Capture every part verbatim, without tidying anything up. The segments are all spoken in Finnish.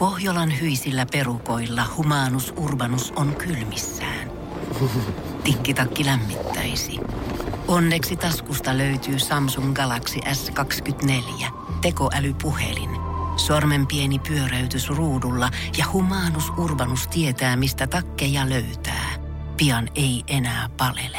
Pohjolan hyisillä perukoilla Humanus Urbanus on kylmissään. Tikkitakki lämmittäisi. Onneksi taskusta löytyy Samsung Galaxy S kaksikymmentäneljä, tekoälypuhelin. Sormen pieni pyöräytys ruudulla ja Humanus Urbanus tietää, mistä takkeja löytää. Pian ei enää palele.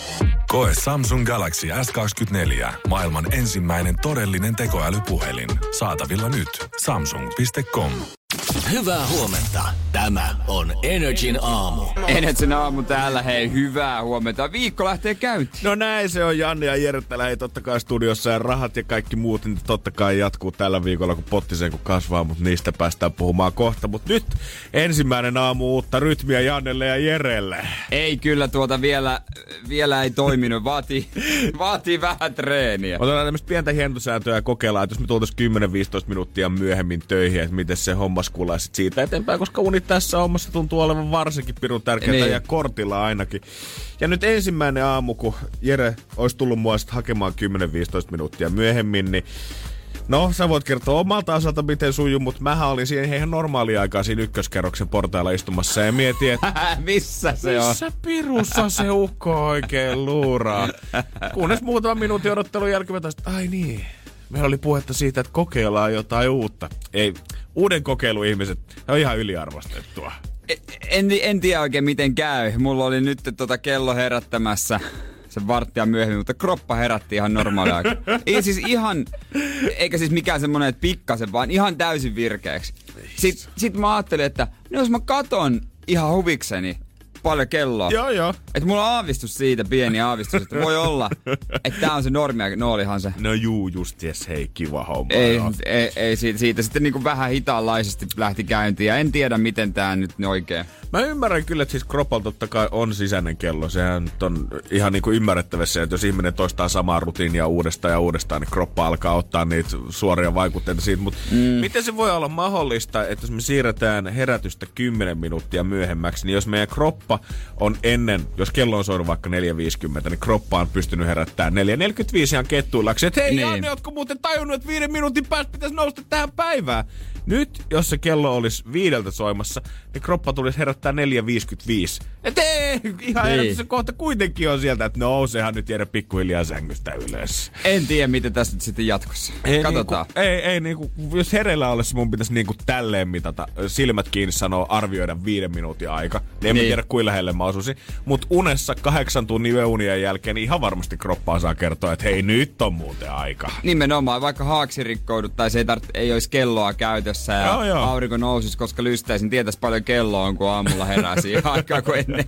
Koe Samsung Galaxy S kaksikymmentäneljä, maailman ensimmäinen todellinen tekoälypuhelin. Saatavilla nyt. samsung piste com. Hyvää huomenta. Tämä on Energin aamu. Energin aamu täällä, hei, hyvää huomenta. Viikko lähtee käyntiin. No näin se on, Janne ja Jere täällä, hei, totta kai studiossa ja rahat ja kaikki muut, niin totta kai jatkuu tällä viikolla, kun pottiseen kun kasvaa, mutta niistä päästään puhumaan kohta. Mutta nyt ensimmäinen aamu uutta rytmiä Jannelle ja Jerelle. Ei kyllä tuota vielä, vielä ei toiminut, vaatii, vaatii vähän treeniä. Otetaan tämmöistä pientä hienosääntöä ja kokeillaan, että jos me tultaisiin kymmenen viisitoista minuuttia myöhemmin töihin, että miten se homma skulaa sit siitä eteenpäin, koska unit tässä hommassa tuntuu olevan varsinkin pirun tärkeää niin. Ja kortilla ainakin. Ja nyt ensimmäinen aamu, kun Jere olisi tullut mua sit hakemaan kymmenen viisitoista minuuttia myöhemmin, niin no, sä voit kertoa omalta osalta, miten sujuu, mutta mähän olin siihen ihan normaalia aikaa siinä ykköskerroksen portailla istumassa ja mietin, että missä se on? Missä pirussa se ukko oikein luuraa? Kunnes muutaman minuutin odottelun jälkeen mä taas, ai niin, meillä oli puhetta siitä, että kokeillaan jotain uutta. Ei, uuden kokeiluihmiset, on ihan yliarvostettua. En, en tiedä oikein miten käy. Mulla oli nyt tota kello herättämässä se varttia myöhemmin, mutta kroppa herätti ihan normaali aika. Ei siis ihan, eikä siis mikään semmonen, että pikkasen, vaan ihan täysin virkeäksi. Sitten sit mä ajattelin, että no jos mä katon ihan huvikseni paljon kelloa. Joo, joo. Että mulla on aavistus siitä, pieni aavistus, että voi olla, että tää on se normi, no olihan se. No juu, just jes, hei, kiva homma. Ei, ei, ei siitä, siitä sitten niinku vähän hitaanlaisesti lähti käyntiin ja en tiedä miten tää nyt oikein. Mä ymmärrän kyllä, että siis kropalla totta kai on sisäinen kello. Sehän nyt on ihan niinku ymmärrettävissä, että jos ihminen toistaa samaa rutiinia uudestaan ja uudestaan, niin kroppa alkaa ottaa niitä suoria vaikutteita siitä. Mutta mm. miten se voi olla mahdollista, että jos me siirretään herätystä kymmenen minuuttia myöhemmäksi, niin jos meidän kroppa on ennen, jos kello on soinut vaikka neljä viisikymmentä, niin kroppa on pystynyt herättämään neljä neljäkymmentäviisi ihan kettuillaksi. Että hei, niin. Janne, ootko muuten tajunnut, että viiden minuutin päästä pitäisi nousta tähän päivään? Nyt, jos se kello olisi viideltä soimassa, niin kroppa tulisi herättää neljä viisikymmentäviisi. Et ei, ihan niin. Herätys se kohta kuitenkin on sieltä, että nousehan nyt jäädä pikkuhiljaa sängystä ylös. En tiedä, miten tässä nyt sitten jatkossa. Ei, katsotaan. Niinku, ei, ei niinku, jos hereillä ollessa mun pitäisi niinku tälleen mitata, silmät kiinni sanoo, arvioida viiden minuutin aika. Niin en niin. tiedä, kuinka lähelle mä osuisin. Mut unessa kahdeksan tunnin yöunien jälkeen niin ihan varmasti kroppaa saa kertoa, että hei, nyt on muuten aika. Nimenomaan, vaikka haaksi rikkoudut tai se ei, tart- ei olisi kelloa käytössä ja joo, joo. aurinko nousisi, koska lystäisin, tietäisi paljon kelloa on, kun aamulla herää siihen aikaan kuin ennen.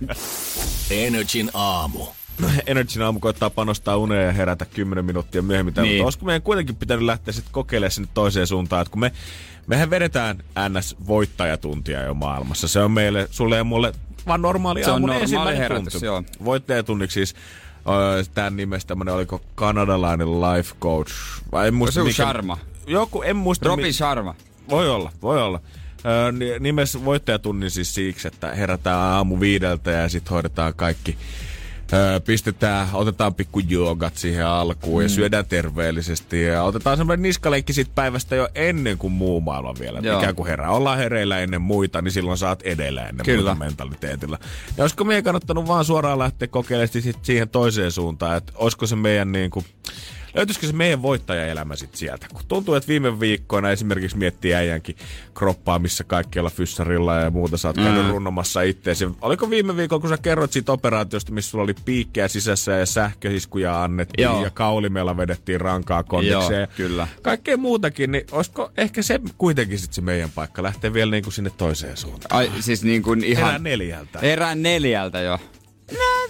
Energin aamu. Energin aamu koittaa panostaa uneen ja herätä kymmenen minuuttia myöhemmin. Niin. Mutta olisiko meidän kuitenkin pitänyt lähteä sitten kokeilemaan sinne toiseen suuntaan, että kun me, mehän vedetään N S-voittajatuntia jo maailmassa. Se on meille, sulle ja mulle vaan normaali aamun ensimmäinen herätys, tunti. Joo. Voittajatunniksi siis tämän nimestä tämmönen, oliko kanadalainen life coach? Vai en muista, se on mikä... Sharma. Joku, en muista. Robin mi- Sharma. Voi olla, voi olla. Öö, nimessä voittajatunnin siis siksi, että herätään aamu viideltä ja sitten hoidetaan kaikki. Öö, pistetään, otetaan pikku joogat siihen alkuun mm. ja syödään terveellisesti ja otetaan semmoinen niskaleikki siitä päivästä jo ennen kuin muu maailma vielä. Joo. Ikään kuin herää. Ollaan hereillä ennen muita, niin silloin saat edellä ennen Kyllä. muita mentaliteetilla. Ja olisiko meidän kannattanut vaan suoraan lähteä kokeilemaan siihen toiseen suuntaan, että olisiko se meidän niin kuin löytyisikö se meidän voittajaelämä sit sieltä? Kun tuntuu, että viime viikkoina esimerkiksi miettii äijänkin kroppaa, missä kaikkialla fyssarilla ja muuta sä oot käynyt mm. runnomassa itteesi. Oliko viime viikolla, kun sä kerrot siitä operaatiosta, missä sulla oli piikkejä sisässä ja sähköhiskuja annettiin Joo. ja kaulimella vedettiin rankaa kondikseen. Joo, kyllä. Kaikkea muutakin, niin olisiko ehkä se kuitenkin sit se meidän paikka lähteä vielä niin kuin sinne toiseen suuntaan? Ai siis niin kuin ihan... Erään neljältä. Erään neljältä jo. No,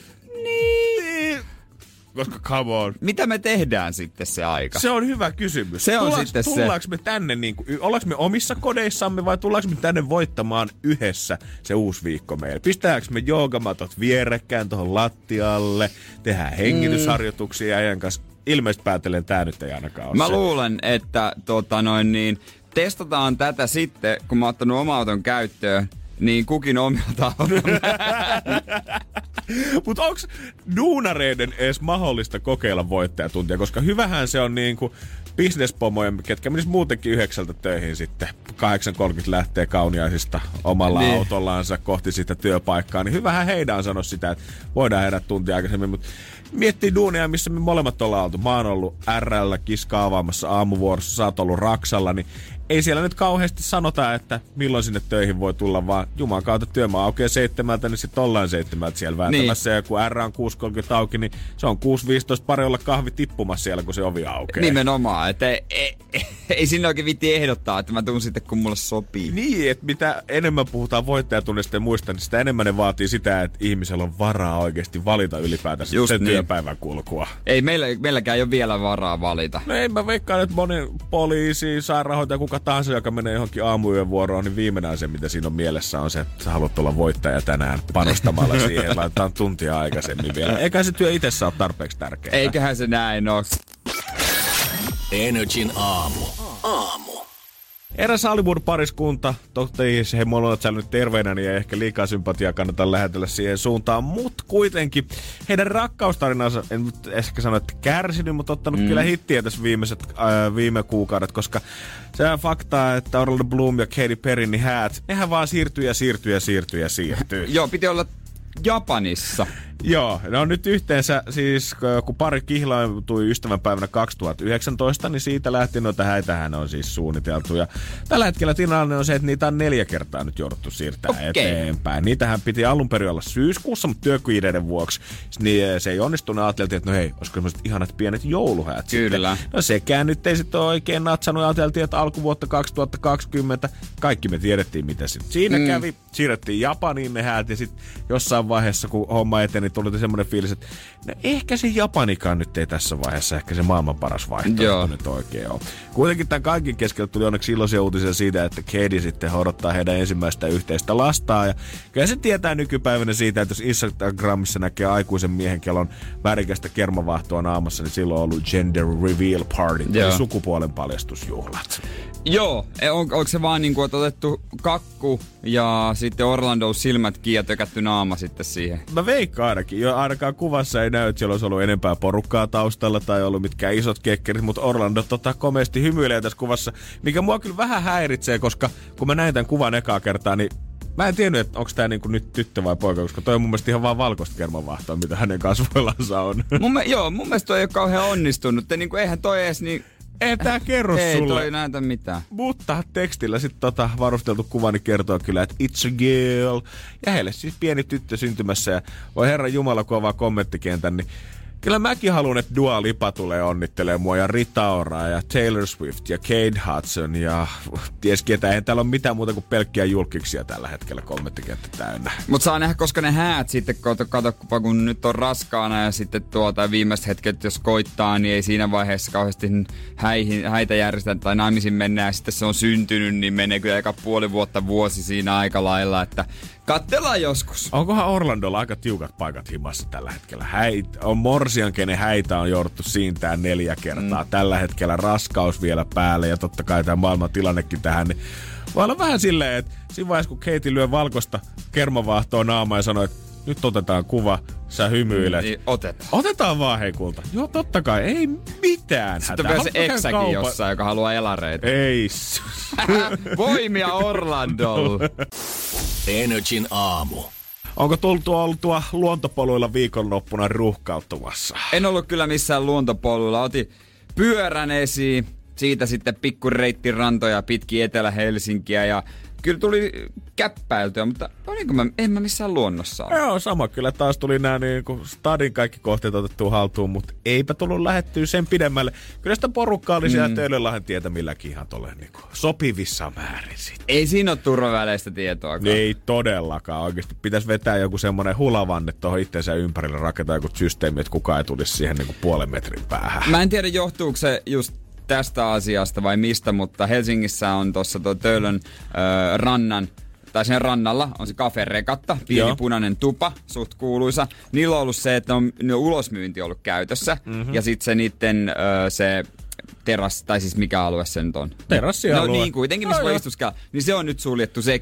niin... Koska come on. Mitä me tehdään sitten se aika? Se on hyvä kysymys. Se on tullaanko, sitten tullaanko se. me tänne, niin kuin, ollaanko me omissa kodeissamme vai tullaanko me tänne voittamaan yhdessä se uusi viikko meille? Pistääkö me joogamatot vierekkäin tuohon lattialle? Tehdään hengitysharjoituksia ja ajan kanssa. Ilmeisesti päätellen tää nyt ei ainakaan ole Mä se. luulen, että tota noin niin, testataan tätä sitten, kun mä oon ottanut oma auton käyttöön, niin kukin omilta auton. Mutta onks duunareiden edes mahdollista kokeilla voittajatuntia? Koska hyvähän se on niinku bisnespomoja, ketkä menis muutenkin yhdeksältä töihin sitten. kahdeksan kolmekymmentä lähtee Kauniaisista omalla niin. autollansa kohti sitä työpaikkaa. Niin hyvähän heidän on sanonut sitä, että voidaan herätä tuntia aikaisemmin. Mutta miettii duunia, missä me molemmat ollaan oltu. Mä oon ollut R L kiskaavaamassa aamuvuorossa, sä oot ollut Raksalla, niin ei siellä nyt kauheasti sanota, että milloin sinne töihin voi tulla, vaan Jumalan kautta työmaa aukeaa seitsemältä, niin sitten ollaan seitsemältä siellä vääntämässä. Niin. Ja kun R on kuusi kolmekymmentä auki, niin se on kuusi viisitoista pari olla kahvi tippumassa siellä, kun se ovi aukeaa. Nimenomaan, että ei, ei, ei sinne oikein vitti ehdottaa, että mä tuun sitten, kun mulle sopii. Niin, että mitä enemmän puhutaan voittajatunnista ja muista, niin sitä enemmän ne vaatii sitä, että ihmisellä on varaa oikeasti valita ylipäätänsä Just sen niin. työpäivän kulkua. Ei meillä, meilläkään ei ole vielä varaa valita. No ei mä veikkaan, että moni poliisi, sairaanhoitaja, kuka tahansa, joka menee johonkin aamuyön vuoroon, niin viimeinen se, mitä siinä on mielessä, on se, että sä haluat olla voittaja tänään panostamalla siihen. Laitetaan tuntia aikaisemmin vielä. Eikä se työ itsessä ole tarpeeksi tärkeää. Eiköhän se näin ole. Energin aamu. Aamu. Eräs Hollywood-pariskunta, toki he molemmat säilynyt terveenä, niin ei ehkä liikaa sympatiaa kannata lähetellä siihen suuntaan, mutta kuitenkin heidän rakkaustarinansa, en nyt ehkä sano, että kärsinyt, mutta ottanut mm. kyllä hittiä tässä viimeiset, äh, viime kuukaudet, koska se on faktaa, että Orlando Bloom ja Katy Perry, niin häät, nehän vaan siirtyy ja siirtyy ja siirtyy ja siirtyy. Joo, piti olla Japanissa. Joo, no nyt yhteensä siis, kun pari kihlaantui ystävänpäivänä kaksituhattayhdeksäntoista, niin siitä lähtien noita häitähän on siis suunniteltu. Ja tällä hetkellä tilanne on se, että niitä on neljä kertaa nyt jouduttu siirtää okay. eteenpäin. Niitähän piti alun perin olla syyskuussa, mutta työkiireiden vuoksi niin se ei onnistunut. Ajateltiin, että no hei, olisiko sellaiset ihanat pienet jouluhäät Kyllä. sitten. No sekään nyt ei sitten ole oikein natsannut. Ajateltiin, että alkuvuotta kaksituhattakaksikymmentä kaikki me tiedettiin, mitä sitten siinä mm. kävi. Siirrettiin Japaniin ne häät ja sitten jossain vaiheessa, kun homma eteni, tuli semmoinen fiilis, että no ehkä se Japanikaan nyt ei tässä vaiheessa ehkä se maailman paras vaihtoehto nyt oikein ole. Kuitenkin tämän kaiken keskellä tuli onneksi iloisia uutisia siitä, että Katy sitten odottaa heidän ensimmäistä yhteistä lastaa. Ja kyllä se tietää nykypäivänä siitä, että jos Instagramissa näkee aikuisen miehen, kello on värikästä kermavahtoa naamassa, niin silloin on ollut gender reveal party, eli sukupuolen paljastusjuhlat. Joo, on, onko se vaan niin kuin, että otettu kakku ja sitten Orlando silmät kiinni ja tökätty naama sitten siihen? Mä veikkaan ainakin. Jo ainakaan kuvassa ei näy, että siellä olisi ollut enempää porukkaa taustalla tai ollut mitkään isot kekkerit, mutta Orlando tota komeasti hymyilee tässä kuvassa, mikä mua kyllä vähän häiritsee, koska kun mä näin tämän kuvan ekaa kertaa, niin mä en tiennyt, että onko tää niinku nyt tyttö vai poika, koska toi on mun mielestä ihan vaan valkoista kermanvahtoa, mitä hänen kasvoillansa on. Mun me, joo, mun mielestä toi ei ole kauhean onnistunut. Te, niinku, eihän toi edes niin... Ei tää kerro ei, sulle. Ei toi näytä mitään. Mutta tekstillä sitten tota varusteltu kuva niin kertoo kyllä, että it's a girl. Ja heille siis pieni tyttö syntymässä. Ja voi herran jumala, kun avaa kommenttikentän, niin kyllä mäkin haluan, että Dua Lipa tulee onnittelemaan mua ja Rita Ora ja Taylor Swift ja Kate Hudson ja ties ketä. Eihän täällä ole mitään muuta kuin pelkkiä julkiksia tällä hetkellä kommenttikenttä täynnä. Mut saa nähdä, koska ne häät sitten, kato, kato kun nyt on raskaana ja sitten tuota viimeiset hetket, jos koittaa, niin ei siinä vaiheessa kauheasti häihin, häitä järjestetään tai naimisiin mennään ja sitten se on syntynyt, niin menee kyllä aika puoli vuotta vuosi siinä aika lailla, että katsellaan joskus. Onkohan Orlandolla aika tiukat paikat himassa tällä hetkellä? Häit, on morsian, kenen häitä on jouduttu siintään neljä kertaa. Mm. Tällä hetkellä raskaus vielä päälle ja totta kai tämä maailman tilannekin tähän. Niin voi olla vähän silleen, että siinä vaiheessa kun Katy lyö valkoista kermavahtoa naamaa ja sanoo, että nyt otetaan kuva, sä hymyilet. Niin, otetaan. Otetaan vaan hei kulta. Joo, totta kai, ei mitään hätää. Sitten on vielä se eksäkin kaupa... jossain, joka haluaa elareita. Ei. Voimia Orlandolle. Energin aamu. Onko tultua oltua luontopoluilla viikonloppuna ruuhkauttumassa? En ollut kyllä missään luontopoluilla. Otin pyörän esiin, siitä sitten pikkureitti rantoja pitkin Etelä-Helsinkiä ja kyllä tuli käppäiltyä, mutta olinko mä, en mä missään luonnossa ole. Joo, sama kyllä. Taas tuli nämä niin kuin stadin kaikki kohteet otettua haltuun, mutta eipä tullut lähettyä sen pidemmälle. Kyllä sitä porukkaa oli siellä mm. Töölönlahden tietä milläkin ihan tolle niin kuin sopivissa määrin sitten. Ei siinä ole turvaväleistä tietoa. Ei todellakaan. Oikeasti pitäisi vetää joku semmoinen hulavanne tuohon itseensä ympärille, rakentaa joku systeemi, että kukaan ei tulisi siihen niin kuin puolen metrin päähän. Mä en tiedä, johtuuko se just tästä asiasta vai mistä, mutta Helsingissä on tuossa tuo Töölön ö, rannan, tai sen rannalla on se Cafe Regatta, pieni Joo. punainen tupa, suht kuuluisa. Niillä on ollut se, että on, on ulosmyynti ollut käytössä, mm-hmm. ja sitten se niitten ö, se terassi, tai siis mikä alue se nyt on? Terassialue. No niin, kuitenkin, missä voi istuskaa. Niin se on nyt suljettu sekin.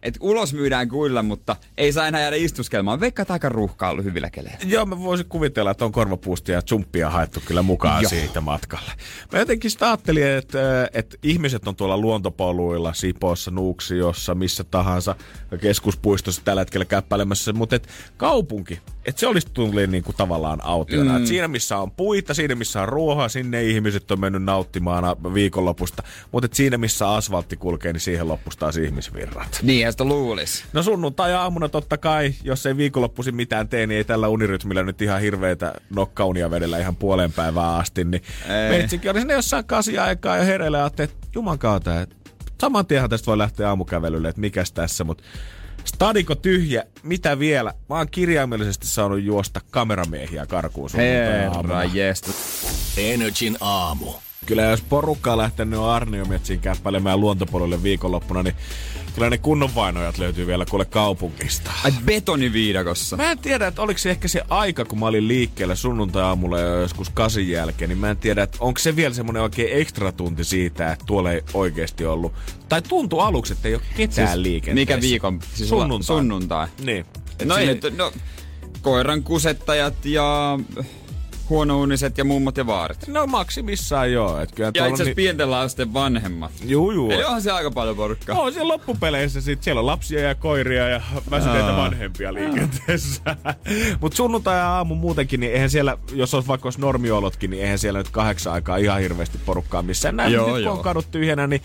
että ulos myydään kyllä, mutta ei saa enää jäädä istuskelmaan. Veikkaa, että aika ruuhkaa ollut hyvillä keleillä. Joo, mä voisin kuvitella, että on korvapuustia ja jumppia haettu kyllä mukaan siitä matkalle. Mä jotenkin sitä ajattelin, että, että ihmiset on tuolla luontopoluilla, Sipoossa, Nuuksiossa, missä tahansa keskuspuistossa tällä hetkellä käppäilemässä, mutta et kaupunki, että se olisi tullut niin kuin tavallaan autiona. Mm. Siinä, missä on puita, siinä, missä on ruohaa, sinne ihmiset on mennyt nauttimaan viikonlopusta, mutta siinä, missä asfaltti kulkee, niin siihen loppustaa taas ihmisvirrat. Niinhän sitä luulisi. No sunnuntai-aamuna totta kai, jos ei viikonloppuisin mitään tee, niin ei tällä unirytmillä nyt ihan hirveitä nokkaunia vedellä ihan puolen päivää asti, niin meitsikin oli sinne jossain kasia aikaa ja hereillä ja ajattelin, että juman kautta, että saman tienhan tästä voi lähteä aamukävelylle, että mikäs tässä, mutta stadiko tyhjä, mitä vielä? Mä oon kirjaimellisesti saanut juosta kameramiehiä karkuun sunnuntai-aamuna. Herra jestas. Energin aamu. Kyllä jos porukka on lähtenyt Arniometsiin käppäilemään luontopoluille viikonloppuna, niin kyllä ne kunnonvainojat löytyy vielä kuule kaupungista. Ai betoniviidakossa. Mä en tiedä, että oliko se ehkä se aika, kun mä olin liikkeellä sunnuntai-aamulla joskus kasin jälkeen, niin mä en tiedä, että onko se vielä semmoinen oikein ekstra tunti siitä, että tuolla ei oikeasti ollut. Tai tuntui aluksi, että ei ole ketään siis liikenteessä. Mikä viikon? Siis sunnuntai. Sunnuntai. Niin. No, ei, no koiran kusettajat ja huonouniset ja mummot ja vaarit. No maksimissaan joo. Et kyllä ja itse asiassa niin pienten lasten vanhemmat. Juu, juu. Eli onhan se aika paljon porukkaa. On siellä loppupeleissä sit. Siellä on lapsia ja koiria ja väsyneitä vanhempia liikenteessä. Mut sunnuntai-aamu muutenkin, niin eihän siellä, jos olisi vaikka olisi normiolotkin, niin eihän siellä nyt kahdeksan aikaa ihan hirveästi porukkaa missään. Näin joo, nyt kun on kadut tyhjänä, niin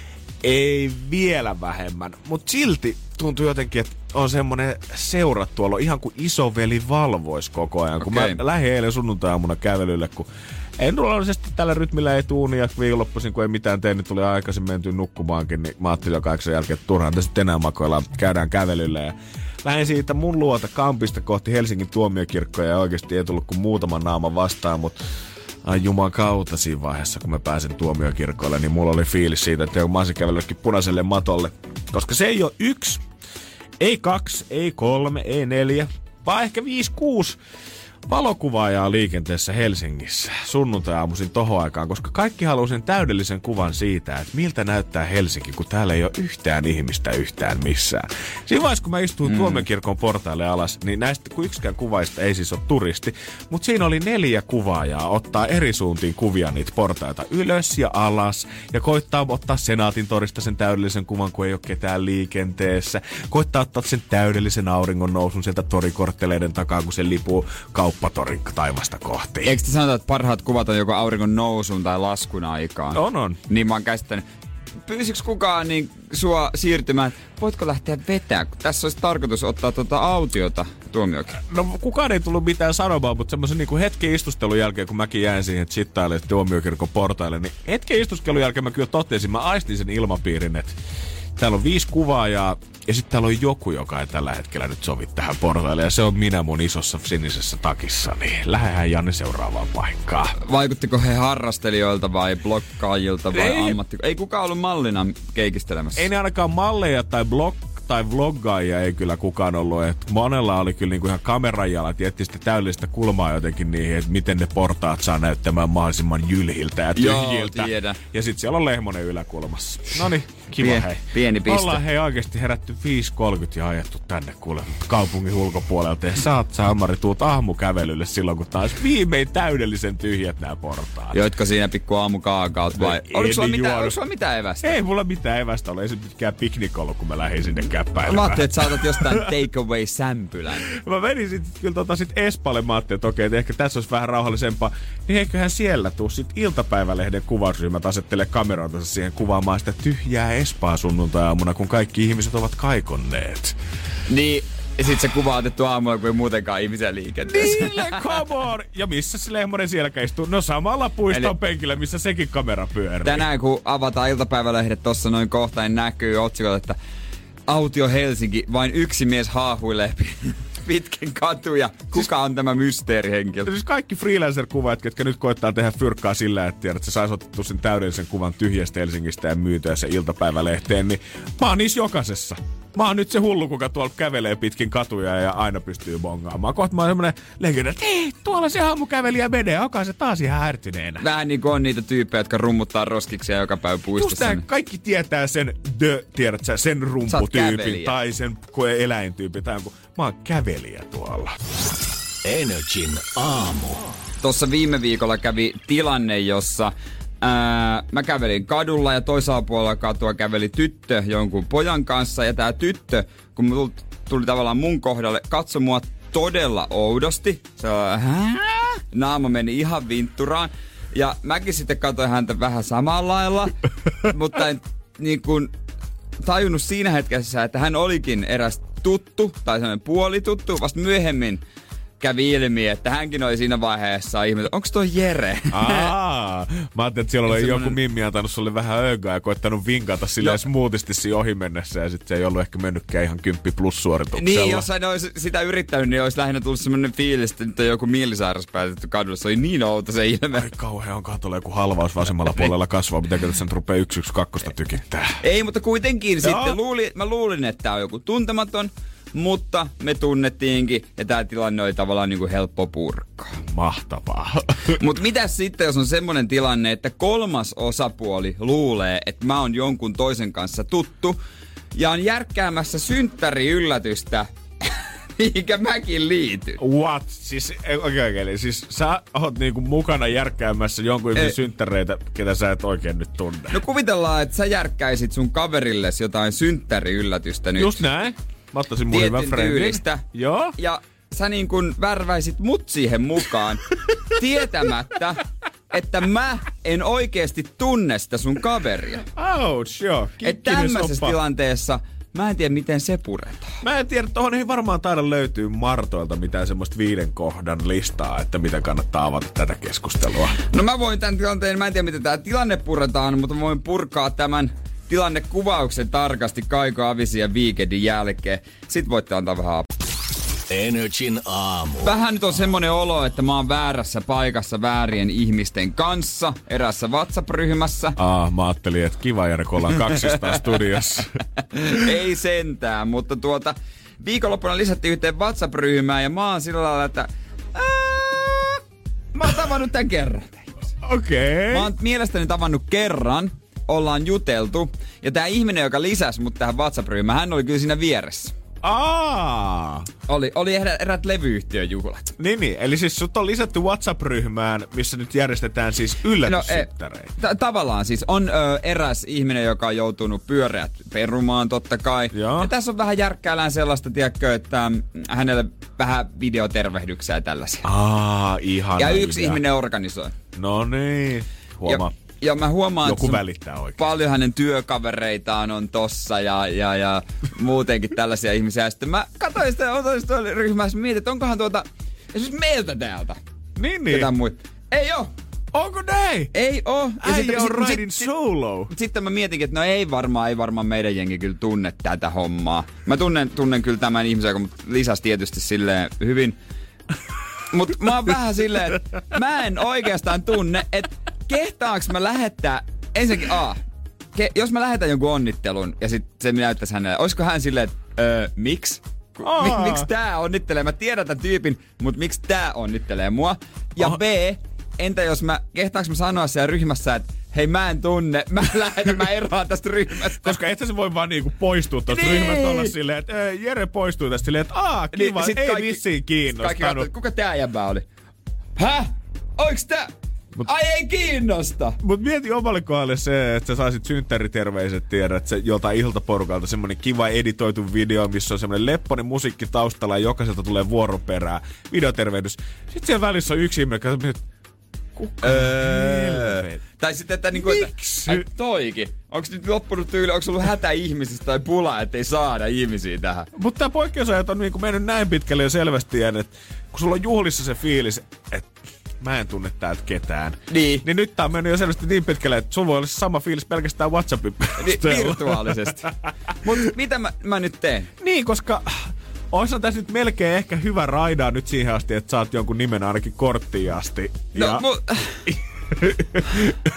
ei vielä vähemmän. Mut silti tuntuu jotenkin, että on semmonen seurat tuolla, ihan kuin isoveli valvois koko ajan. Kun okay. mä lähdin eilen sunnuntai-aamuna kävelylle, kun en luonnollisesti tällä rytmillä ei tuuni ja viikonloppuisin, kun ei mitään tee, niin tuli aikaisin menty nukkumaankin, niin mä ajattelin jo kahdeksan jälkeen, että turhaan tässä enää makoillaan, käydään kävelylle. Ja lähdin siitä mun luota kampista kohti Helsingin tuomiokirkkoja ja oikeasti ei tullut kuin muutaman naaman vastaan, mutta ai juman kautta siinä vaiheessa, kun mä pääsin tuomiokirkolle, niin mulla oli fiilis siitä, että mä olisin kävellytkin punaiselle matolle. Koska se ei ole yksi, ei kaksi, ei kolme, ei neljä, vaan ehkä viisi, kuusi valokuvaajaa liikenteessä Helsingissä sunnuntai-aamuisin tohon aikaan, koska kaikki haluaa sen täydellisen kuvan siitä, että miltä näyttää Helsinki, kun täällä ei ole yhtään ihmistä yhtään missään. Siinä vaiheessa, kun mä istuin mm. tuomiokirkon portaille alas, niin näistä kun yksikään kuvaista ei siis ole turisti, mutta siinä oli neljä kuvaajaa ottaa eri suuntiin kuvia niitä portaita ylös ja alas ja koittaa ottaa Senaatin torista sen täydellisen kuvan, kun ei ole ketään liikenteessä. Koittaa ottaa sen täydellisen auringon nousun sieltä torikortteleiden takaa, kun se lipuu kauppatorin taivasta kohti. Eikö te sanota, että parhaat kuvat on joko auringon nousun tai laskun aikaan? On, on. Niin mä oon käsittänyt. Pyysikö kukaan niin sua siirtymään, voitko lähteä vetää? Tässä olisi tarkoitus ottaa tuota autiota tuomiokin. No kukaan ei tullut mitään sanomaan, mutta semmoisen niin hetken istustelun jälkeen, kun mäkin jäin siihen chittaille tuomiokirkon portaille, niin hetken istustelun jälkeen mä kyllä totesin, mä aistin sen ilmapiirin, että täällä on viisi kuvaajaa ja sitten täällä on joku, joka ei tällä hetkellä nyt sovi tähän portaille. Ja se on minä mun isossa sinisessä takissa. Niin lähdetään Janne seuraavaan paikkaan. Vaikuttiko he harrastelijoilta vai blokkaajilta vai ei, ammatti? Ei kukaan ollut mallina keikistelemässä. Ei ne ainakaan malleja tai blok tai vloggaajia ei kyllä kukaan ollut. Et monella oli kyllä niinku ihan kameran jalat ja etti sitä täydellistä kulmaa jotenkin niihin, että miten ne portaat saa näyttämään mahdollisimman jylhiltä ja tyhjiltä. Joo, tiedä. Ja sit siellä on Lehmonen yläkulmassa. Noniin, kiva Pien, hei. Pieni piste. Ollaan hei oikeesti herätty viisi kolmekymmentä ja ajettu tänne kuule kaupungin ulkopuolelta. Ja saat Samari tuut aamukävelylle silloin, kun taas viimein täydellisen tyhjät nää portaat. Joitko siinä pikku aamukaakaut vai? Oliko sulla mitään, oliko sulla mitään evästä? Ei mulla mitään evästä ollut. Ei se mikään piknik ollut, kun mä lähdin sinne käppäilemään. Mä ajattelin, että sä otat jostain takeaway-sämpylän. Mä menin sit kyllä tota sit Espalle, mä ajattelin, että okei, että ehkä tässä olisi vähän rauhallisempaa. Niin eiköhän siellä tuu sit iltapäivälehden kuvausryhmät asettelee kameroitansa siihen kuvaamaan sitä tyhjää Espaa sunnuntai-aamuna, kun kaikki ihmiset ovat kaikonneet. Niin, ja sit se kuva on otettu aamulla, kun ei muutenkaan ihmisiä liikenteessä. Niin, come on! Ja missä se Lehmonen siellä istuu? No samalla puiston Eli penkillä, missä sekin kamera pyörii. Tänään kun avataan iltapäivälehdet tossa noin kohta, niin näkyy otsikot, että Autio Helsinki, vain yksi mies haahuilee pitkin katuja. Kuka on tämä mysteerihenkilö? Siis kaikki freelancer-kuvaajat, ketkä nyt koittaa tehdä fyrkkaa sillä, että tiedät, että sä sais otettu sen täydellisen kuvan tyhjästä Helsingistä ja myytyä se iltapäivälehteen, niin mä oon niissä jokaisessa. Mä oon nyt se hullu, kuka tuolla kävelee pitkin katuja ja aina pystyy bongaamaan. Kohta mä oon semmonen legenda, että hei, tuolla se haamukävelijä menee, onko se taas ihan härtyneenä. Vähän niin kuin on niitä tyyppejä, jotka rummuttaa roskiksia joka päivä puistossa. Just tää, kaikki tietää sen the, tiedätkö, sen rumputyypin tai sen eläintyypin. Tai joku, mä oon kävelijä tuolla. Energin aamu. Tuossa viime viikolla kävi tilanne, jossa ää, mä kävelin kadulla ja toisella puolella katua käveli tyttö jonkun pojan kanssa. Ja tää tyttö, kun tuli, tuli tavallaan mun kohdalle, katsoi mua todella oudosti. Se on, hää? Naama meni ihan vintturaan. Ja mäkin sitten katsoin häntä vähän samalla lailla, mutta en niin kuin tajunnut siinä hetkessä, että hän olikin eräs tuttu tai sellainen puolituttu. Vasta myöhemmin kävi ilmi, että hänkin oli siinä vaiheessa ihmettä, onko toi Jere? Aa, mä ajattelin, että siellä oli semmonen joku mimmi antanut sulle vähän öögaa ja koittanut vinkata silleen smoothisti siinä ohi mennessä ja sitten se ei ollut ehkä mennytkään ihan kymppi plus suorituksella. Niin, jos hän olisi sitä yrittänyt, niin olisi lähinnä tullut semmoinen fiilis, että nyt on joku mielisairas päätetty kadulla. Se oli niin outo se ilme. Ai kauhean, onkohan tuolla joku halvaus vasemmalla puolella kasvaa, mitenkä tässä nyt rupeaa yksi yksi kakkosta tykittää. Ei, mutta kuitenkin sitten luuli, mä luulin, että tää on joku tuntematon. Mutta me tunnettiinkin, ja tää tilanne oli tavallaan niinku helppo purkaa. Mahtavaa. Mut mitäs sitten, jos on semmonen tilanne, että kolmas osapuoli luulee, että mä oon jonkun toisen kanssa tuttu, ja on järkkäämässä synttäriyllätystä, mihinkä mäkin liityn. What? Siis, okei, okay, okay, eli siis sä oot niinku mukana järkkäämässä jonkun ihmisen synttäreitä, ketä sä et oikein nyt tunne. No kuvitellaan, että sä järkkäisit sun kaverilles jotain synttäriyllätystä nyt. Just näin. Mä ottaisin mun hyvän friendin. Joo. Ja sä niin kun värväisit mut siihen mukaan, tietämättä, että mä en oikeesti tunne sitä sun kaveria. Ouch, joo. Että tämmöisessä tilanteessa mä en tiedä, miten se puretaan. Mä en tiedä, tohon ei varmaan taida löytyy Martoilta mitään semmoista viiden kohdan listaa, että mitä kannattaa avata tätä keskustelua. No mä voin tämän tilanteen, mä en tiedä, miten tää tilanne puretaan, mutta mä voin purkaa tämän tilannekuvauksen tarkasti Kaiko Avisi ja Weekendin jälkeen. Sitten voitte antaa vähän apua. Energin aamu. Vähän nyt on semmonen olo, että mä oon väärässä paikassa väärien ihmisten kanssa erässä WhatsApp-ryhmässä. Ah, mä ajattelin, että kiva Jere, kun ollaan kaksistaan studiossa. Ei sentään, mutta tuota viikonloppuna lisättiin yhteen WhatsApp-ryhmään ja mä oon sillä lailla, että ää, mä oon tavannut tän kerran. Okei. Okay. Mä oon mielestäni tavannut kerran. Ollaan juteltu. Ja tää ihminen, joka lisäsi mut tähän WhatsApp-ryhmään, hän oli kyllä siinä vieressä. Aa. Oli, oli erät, erät levyyhtiön juhlat. Niin, niin, eli siis sut on lisätty WhatsApp-ryhmään, missä nyt järjestetään siis yllätyssyttäreitä. No, e, t- tavallaan siis on ö, eräs ihminen, joka on joutunut pyöreät perumaan totta kai. Joo. Ja tässä on vähän järkkäillään sellaista, tiedätkö, että mm, hänelle vähän videotervehdyksiä ja tällaisia. Aa, ihana. Ja yksi idea. ihminen organisoi. No niin, huomaa. Ja, ja mä huomaan, joku että välittää oikein. Paljon hänen työkavereitaan on tossa ja, ja, ja muutenkin tällaisia ihmisiä. Ja sitten mä katsoin sitä, otoin sitä ryhmässä, mietin, että onkohan tuota, esimerkiksi meiltä täältä. Niin, niin. Ketään muita. Ei oo. Onko näin? Ei oo. Äijä on riding solo. Sitten sit mä mietinkin, että no ei varmaan, ei varmaan meidän jengi kyllä tunne tätä hommaa. Mä tunnen, tunnen kyllä tämän ihmisen, joka mut lisäsi tietysti silleen hyvin. Mut mä oon vähän silleen, että mä en oikeastaan tunne, että kehtaanko mä lähettää, ensinnäkin A, ke, jos mä lähetän jonkun onnittelun ja sit se näyttäisi hänelle, olisiko hän silleen, että öö, miksi? Mik, miksi tää onnittelee? Mä tiedän tämän tyypin, mutta miksi tää onnittelee mua? Ja Aha. B, entä jos mä, kehtaanko mä sanoa siellä ryhmässä, että hei mä en tunne, mä lähden, mä eroan tästä ryhmästä. Koska et se voi vaan niinku poistua tosta niin. ryhmästä olla silleen, että Jere poistuu tästä silleen, että aah kiva, niin, ei kaikki, vissiin kiinnostanut. Kaikki katsoi, kuka tää jäbä oli? Häh? Oiks tää? Mut, ai ei kiinnosta! Mut mieti omalle kohdalle se, että sä saisit synttäriterveiset tiedät, se joltain iltaporukalta semmonen kiva editoitu video, missä on semmonen lepponen musiikki taustalla ja jokaiselta tulee vuoroperää, videotervehdys. Sitten siellä välissä on yksi ihminen, joka miettii, kuka öö. Tai sitten, että niinku, että ai toikin. Onks nyt loppunut tyyli, onks ollut hätä ihmisistä tai pula, ettei saada ihmisiä tähän? Mutta tää poikkeusajat on niinku mennyt näin pitkälle jo selvästi, että kun sulla on juhlissa se fiilis, että mä en tunne täältä ketään. Niin. Niin nyt tää on mennyt jo selvästi niin pitkälle, että sulla voi olla sama fiilis pelkästään WhatsAppin perusteella. Ni- virtuaalisesti. Mut mitä mä, mä nyt teen? Niin, koska oishan tässä nyt melkein ehkä hyvä raidaa nyt siihen asti, että saat jonkun nimen ainakin korttiin asti. No, ja... mu-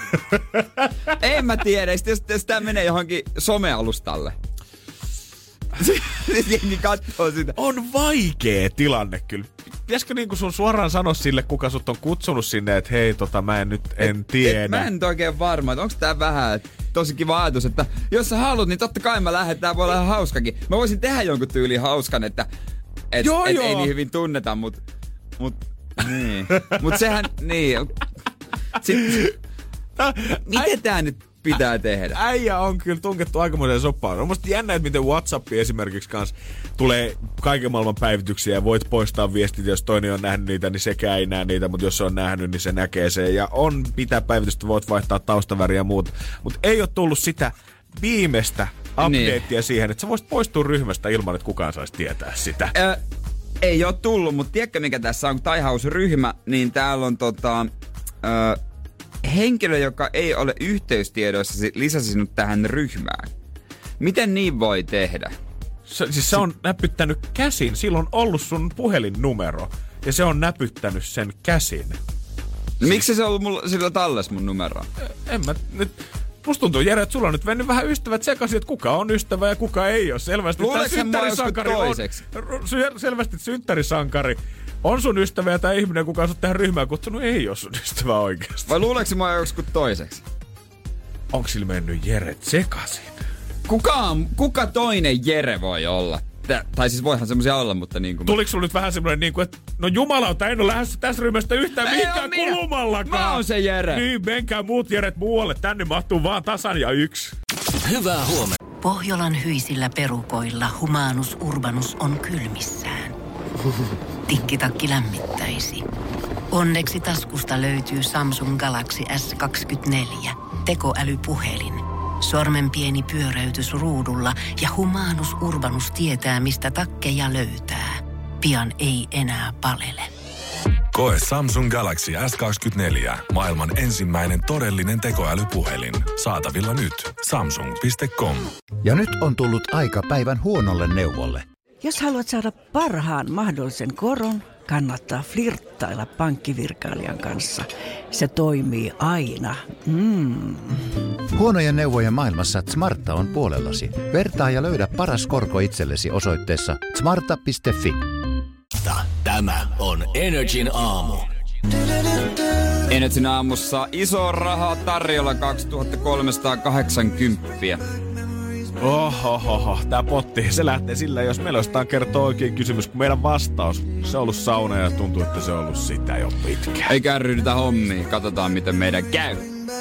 en mä tiedä. Sitten jos tää menee johonkin somealustalle. Siis jengi kattoo sitä. On vaikea tilanne kyllä. Pitäisikö niinku sun suoraan sanoa sille, kuka sut on kutsunut sinne, että hei, tota mä en nyt en et, tiedä. Et, mä en nyt oikein varma, että onko tää vähän, että tosi kiva ajatus, että jos sä haluat, niin totta kai mä lähden, tää voi olla ihan hauskakin. Mä voisin tehdä jonkun tyyliin hauskan, että et, joo, et joo. ei niin hyvin tunneta, mut, mut niin. Mut sehän, niin. Sit, miten tää nyt pitää tehdä? Äijä on kyllä tunkettu aikamoiseen soppaan. On musta jännä, että miten WhatsApp esimerkiksi kanssa tulee kaiken maailman päivityksiä ja voit poistaa viestit, jos toinen on nähnyt niitä, niin sekään ei näe niitä, mutta jos se on nähnyt, niin se näkee sen. Ja on mitä päivitystä, voit vaihtaa taustaväriä ja muuta. Mutta ei ole tullut sitä viimeistä updatea niin. siihen, että sä voisit poistua ryhmästä ilman, että kukaan saisi tietää sitä. Ö, ei ole tullut, mutta tiedätkö mikä tässä on, kun Taihaus-ryhmä, niin täällä on tota... Ö, henkilö, joka ei ole yhteystiedoissa, lisäsi sinut tähän ryhmään. Miten niin voi tehdä? Se, siis se on näpyttänyt käsin. Sillä on ollut sun puhelinnumero. Ja se on näpyttänyt sen käsin. Siis... Miksi se on ollut mulla, sillä tallessa mun numeroa? En mä nyt... Musta tuntuu, Jere, että sulla on nyt mennyt vähän ystävät sekaisin, että kuka on ystävä ja kuka ei ole. Selvästi tämä synttärisankari on... Selvästi synttärisankari on sun ystävä ja tämä ihminen, kuka on sut tähän ryhmään kutsunut, ei ole sun ystävä oikeasti. Vai luuleeko mä joskus toiseksi? Onko sillä mennyt Jere sekaisin? Kuka, on, kuka toinen Jere voi olla? Tä, tai siis voihan semmosia olla, mutta niin kuin... Tuliko sulla nyt vähän semmoinen niin kuin, että no jumalauta, en ole lähdössä tästä ryhmästä yhtään mihinkään kulumallakaan. Mä oon se Jere. Niin, menkää muut Jeret muualle. Tänne mahtuu vaan tasan ja yksi. Hyvää huomenta. Pohjolan hyisillä perukoilla Humanus Urbanus on kylmissään. Tikkitakki lämmittäisi. Onneksi taskusta löytyy Samsung Galaxy S kaksikymmentäneljä. Tekoälypuhelin. Sormen pieni pyöräytys ruudulla ja Humanus Urbanus tietää, mistä takkeja löytää. Pian ei enää palele. Koe Samsung Galaxy S kaksikymmentäneljä. Maailman ensimmäinen todellinen tekoälypuhelin. Saatavilla nyt. samsung piste com. Ja nyt on tullut aika päivän huonolle neuvolle. Jos haluat saada parhaan mahdollisen koron, kannattaa flirttailla pankkivirkailijan kanssa. Se toimii aina. Mm. Huonojen neuvojen maailmassa Smarta on puolellasi. Vertaa ja löydä paras korko itsellesi osoitteessa smarta piste fi. Tämä on Energin aamu. Energin aamussa iso raha tarjolla kaksituhattakolmesataakahdeksankymmentä. Ohohoho, tää potti, se lähtee sillä, jos meillä jostain kertoo oikein kysymys, kun meidän vastaus, se on ollut sauna ja tuntuu, että se on ollut sitä jo pitkään. Eikä ryhdytä hommiin, katsotaan miten meidän käy.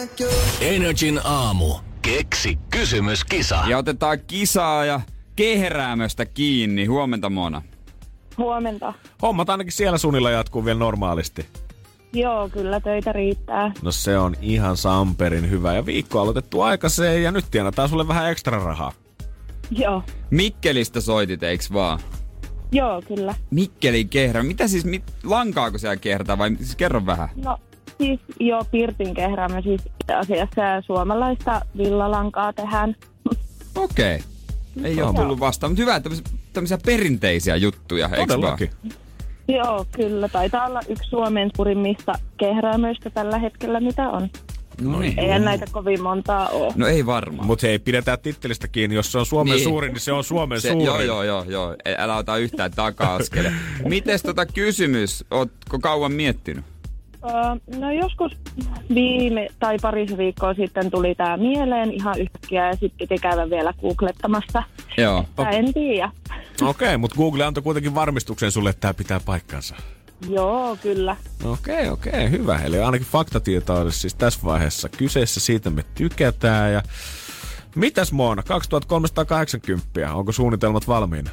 Energin aamu. Keksi kysymyskisa. Ja otetaan kisaa ja kehräämöstä kiinni. Huomenta, Mona. Huomenta. Hommat ainakin siellä suunnilla jatkuu vielä normaalisti. Joo, kyllä töitä riittää. No se on ihan samperin hyvä. Ja viikko aloitettu aikaiseen ja nyt tienataan sulle vähän ekstra rahaa. Joo. Mikkelistä soitit, eiks vaan? Joo, kyllä. Mikkelin kehrä. Mitä siis, mit, lankaako siellä kehrätään vai siis kerro vähän? No siis joo, pirtin kehräämme siis asiassa suomalaista villalankaa tehdään. Okei. Okay. Ei ole tullut vastaan, mutta hyvä, että tämmöisiä perinteisiä juttuja, eikö vaan? Joo, kyllä. Taitaa olla yksi Suomen suurimmista kehräämöistä tällä hetkellä, mitä on. No niin. Eihän näitä kovin montaa ole. No ei varmaan. Mutta hei, pidetään tittelistä kiinni. Jos se on Suomen niin. suurin, niin se on Suomen se, suurin. Joo, joo, joo, joo. Älä ota yhtään taka-askele. Mites tota kysymys? Ootko kauan miettinyt? Öö, no joskus viime tai parissa viikkoa sitten tuli tää mieleen ihan yhtäkkiä ja sitten piti käydä vielä googlettamassa. Joo. Mä en tiedä. Okei, okay, mutta Google antoi kuitenkin varmistuksen sulle, että tää pitää paikkansa. Joo, kyllä. Okei, okay, okei, okay, hyvä. Eli ainakin faktatieto olisi siis tässä vaiheessa kyseessä, siitä me tykätään. Ja mitäs Moona, kaksituhattakolmesataakahdeksankymmentä, onko suunnitelmat valmiina?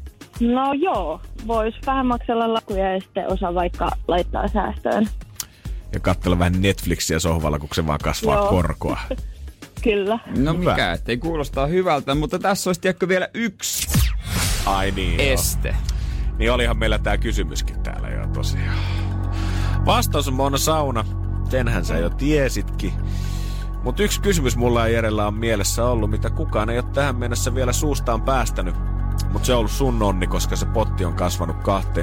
No joo, vois vähän maksella lakuja ja sitten osa vaikka laittaa säästöön. Ja katsella vähän Netflixiä sohvalla, kun se vaan kasvaa joo. korkoa. Kyllä. No hyvä. Mikä, ettei kuulostaa hyvältä, mutta tässä olisi tiedätkö vielä yksi Ai niin, este. Jo. Niin olihan meillä tää kysymyskin täällä jo tosiaan. Vastaus on Moona sauna. Senhän sä jo tiesitkin. Mut yksi kysymys mulla ja Jerellä on mielessä ollut, mitä kukaan ei ole tähän mennessä vielä suustaan päästänyt. Mut se on ollut sun onni, koska se potti on kasvanut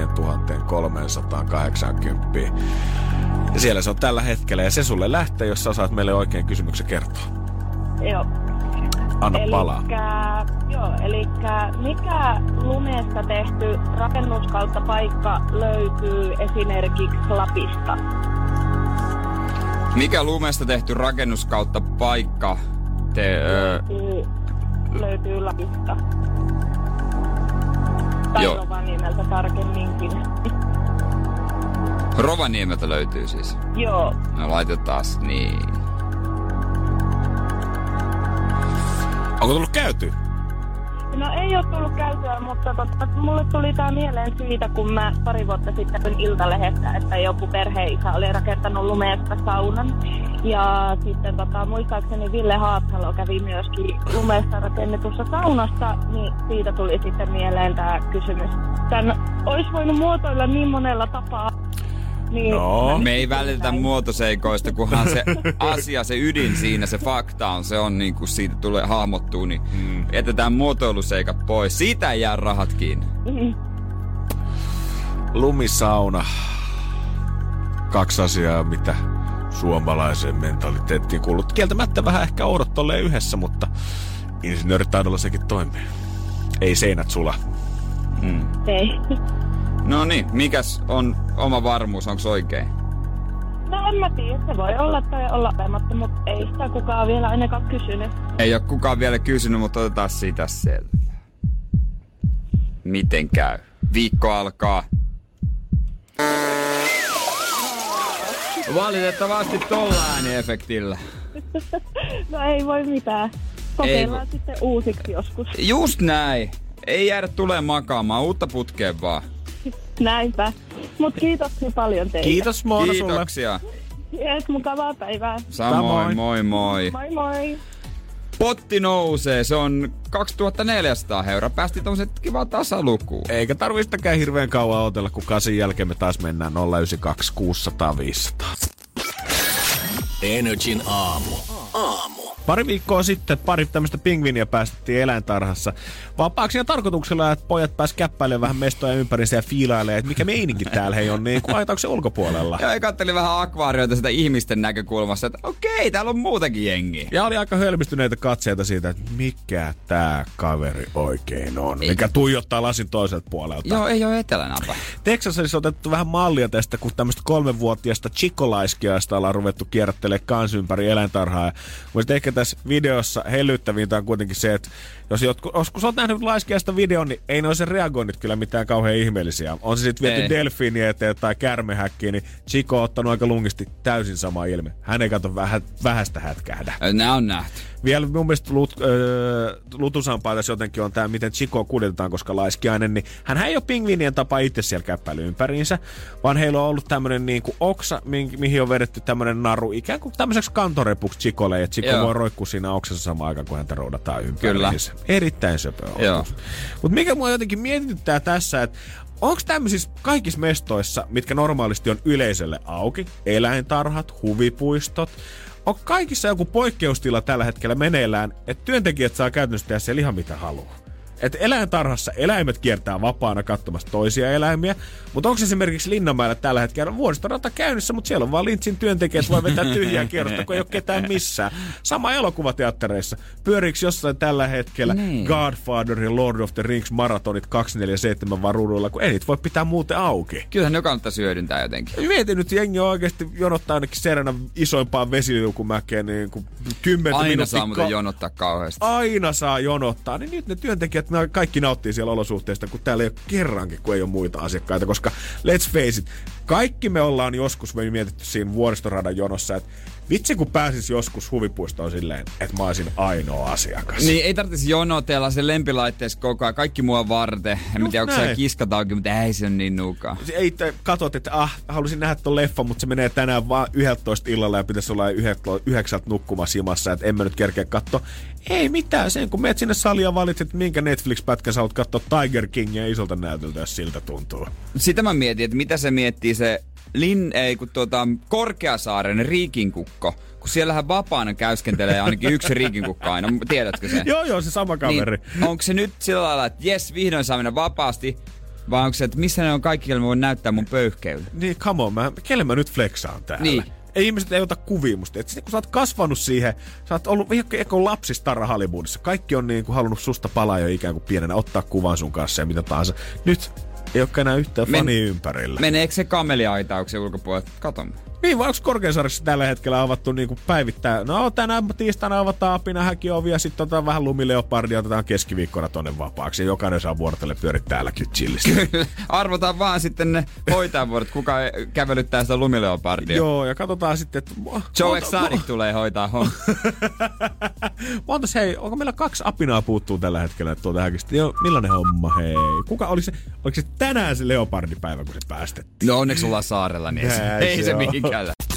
kaksituhattakolmesataakahdeksankymmentä. Ja siellä se on tällä hetkellä. Ja se sulle lähtee, jos sä osaat meille oikein kysymyksen kertoa. Joo. Anna Elikkä palaa. Joo, eli mikä lumesta tehty rakennus kautta paikka löytyy esimerkiksi Lapista? Mikä lumesta tehty rakennus kautta paikka te, öö... löytyy, löytyy Lapista? Tai Joo. Rovaniemeltä tarkemminkin. Rovaniemeltä löytyy siis. Joo. No laitetaan niin. Onko tullut käyty? No ei ole tullut käytyä, mutta totta, mulle tuli tää mieleen siitä, kun mä pari vuotta sitten luin Iltalehdessä, että joku perheisä oli rakentanut lumesta saunan. Ja sitten tota, muistaakseni Ville Haatsalo kävi myöskin lumesta rakennetussa saunassa, niin siitä tuli sitten mieleen tää kysymys. Tän olisi voinut muotoilla niin monella tapaa. Niin, No. Me ei välitä muotoseikoista, kunhan se asia, se ydin siinä, se fakta on, se on niin kuin siitä tulee hahmottuu, niin mm. jätetään muotoiluseikat pois. Siitä ei jää rahat kiinni. Mm. Lumisauna. Kaksi asiaa, mitä suomalaiseen mentaliteettiin kuuluu. Kieltämättä vähän ehkä oudot tolleen yhdessä, mutta insinööritaidolla sekin toimii. Ei seinät sula. Mm. Ei. No niin, mikäs on oma varmuus, onko oikein? No en mä tiedä, se voi olla tai olla olematta, mutta ei sitä kukaan vielä ainakaan kysynyt. Ei ole kukaan vielä kysynyt, mutta otetaan siitä selvää. Miten käy? Viikko alkaa. Valitettavasti tolla ääniefektillä. No ei voi mitään. Kokeillaan Ei. sitten uusiksi joskus. Just näin. Ei jäädä tulee makaamaan, uutta putkeen vaan. Näinpä. Mut kiitoksia paljon teille. Kiitos Moona sulle. Kiitoksia. Jees, mukavaa päivää. Samoin, moi moi. Moi moi. Potti nousee, se on kaksituhattaneljäsataa euroa. Päästiin tommoset kivaa tasalukuun. Eikä tarvistakaan hirveän kauan odotella, kun kasin jälkeen me taas mennään nolla yhdeksän kaksi kuusisataa viisisataa. Energin aamu. Aamu. Pari viikkoa sitten pari tämmöistä pingviiniä päästettiin eläintarhassa vapaaksi ja tarkoituksella, että pojat pääs käppäilemään vähän mestoja ympärinsä ja fiilailemaan, että mikä meininki täällä hei on niin kuin aitauksen ulkopuolella. Ja katselin vähän akvaarioita sitä ihmisten näkökulmasta, että okei, täällä on muutakin jengiä. Ja oli aika hölmistyneitä katseita siitä, että mikä tää kaveri oikein on, ei. Mikä tuijottaa lasin toiselta puolelta. Joo, ei ole etelänapa. Texasissa olisi otettu vähän mallia tästä, kun tämmöistä kolmevuotiaista chikolaiskiaista ollaan ruvettu kierrättelemään kans ympäri eläintarhaa. Ja voisit ehkä tässä videossa hellyttävintä on kuitenkin se, että jos joskus, joskus olet nähnyt laiskiasta videon, niin ei ne ole se reagoinnit kyllä mitään kauhean ihmeellisiä. On se sitten viety Ei. delfiini eteen tai kärmehäkkiin, niin Chico on ottanut aika lungisti täysin sama ilme. Hän ei kato vähä, vähästä hätkähdä. Nää on nähty. Vielä mun mielestä lut, öö, lutusampaa tässä jotenkin on tämä, miten Chicoa kuljetetaan, koska laiskiainen, niin hän ei ole pingviinien tapa itse siellä käppäily ympäriinsä, vaan heillä on ollut tämmönen niin kuin oksa, mi- mihin on vedetty tämmönen naru, ikään kuin tämmöiseksi kantorepuksi Chicolle, ja Chico Joo. voi roikkua siinä oksassa samaan aikaan, kun häntä roudataan ympäriinsä. Kyllä. Erittäin söpö Joo. Mutta mikä mua jotenkin mietityttää tässä, että onko tämmöisissä kaikissa mestoissa, mitkä normaalisti on yleisölle auki, eläintarhat, huvipuistot, on kaikissa joku poikkeustila tällä hetkellä meneillään, että työntekijät saa käytännössä tehdä siellä ihan mitä haluaa. Että eläintarhassa eläimet kiertää vapaana katsomassa toisia eläimiä, mutta onko esimerkiksi Linnanmäellä tällä hetkellä vuoristorata käynnissä, mutta siellä on vaan Lintsin työntekijät, voi vetää tyhjää kierrosta, kun ei ole ketään missään. Sama elokuvateattereissa. Pyöriikö jossain tällä hetkellä niin. Godfather ja Lord of the Rings maratonit kaksikymmentäneljä varuuduilla, kun ei niitä voi pitää muuten auki. Kyllähän ne kannattaisi hyödyntää jotenkin. Mietin nyt, jengi on oikeasti jonottaa ainakin Serena isoimpaan vesiliukumäkeen niin kuin kymmentä Aina minuuttia. saa muuten jonottaa kauheasti. Aina saa jonottaa. Niin nyt ne työntekijät ne kaikki nauttii siellä olosuhteista, kun täällä ei ole kerrankin, kun ei ole muita asiakkaita. Koska let's face it, kaikki me ollaan joskus me mietitty siinä vuoristoradan jonossa, että vitsi kun pääsis joskus huvipuistoon silleen, että mä olisin ainoa asiakas. Niin ei tarvitsisi jonotella sen lempilaitteessa koko ajan. Kaikki mua varten. En mä tiedä, onko siellä kiskat auki, mutta ei se on niin nuukaa. Ei te katsot, että ah, halusin nähdä ton leffan, mutta se menee tänään vaan yksitoista illalla ja pitäisi olla yhdeksältä nukkumassa jimassa, että en mä nyt kerkeä katsoa. Ei mitään, sen kun meet sinne saliin ja valitset, minkä Netflix-pätkän sä haluat katsoa Tiger Kingia isolta näytöltä, jos siltä tuntuu. Sitä mä mietin, että mitä se miettii se Lin, ei kun tuota, Korkeasaaren riikinkukko. Kun siellähän vapaana käyskentelee ainakin yksi riikinkukka aina, tiedätkö sen? Joo, joo, se sama kaveri. Niin, onko se nyt sillä lailla, että jes, vihdoin saa mennä vapaasti, vai onko se, että missä ne on kaikki, joilla mä voin näyttää mun pöyhkeyden? Niin, come on, mä, kelle mä nyt flexaan täällä? Niin. ei ihmiset ei ota kuvia musta. Et sit, kun sä oot kasvanut siihen, sä oot ollut ehkä lapsistara Hollywoodissa. Kaikki on niin kuin halunnut susta palaa jo ikään kuin pienenä, ottaa kuvan sun kanssa ja mitä tahansa. Nyt ei olekaan enää yhtään Men, fania ympärillä. Meneekö se kameliaitauksen ulkopuolelta? Kato. Niin, vai onko Korkeasaaressa tällä hetkellä avattu niinku päivittäin? No tänään tiistaina avataan Apina häkiovi ja sitten otetaan vähän lumileopardia, otetaan keskiviikkona tonne vapaaksi. Ja jokainen saa vuorotelle pyörittää täälläkin chillissä. Kyllä, arvotaan vaan sitten ne hoitajavuorot, kuka kävelyttää sitä lumileopardia. Joo, ja katsotaan sitten, että... Joe Exotic tulee hoitaa homma. Montas, hei, onko meillä kaksi Apinaa puuttuu tällä hetkellä tuolta häkistä? Joo, millainen homma, hei? Kuka oli se, oliko se tänään se leopardipäivä, kun se päästettiin? No onneksi ollaan saarella, niin ei, ei se mihinkään.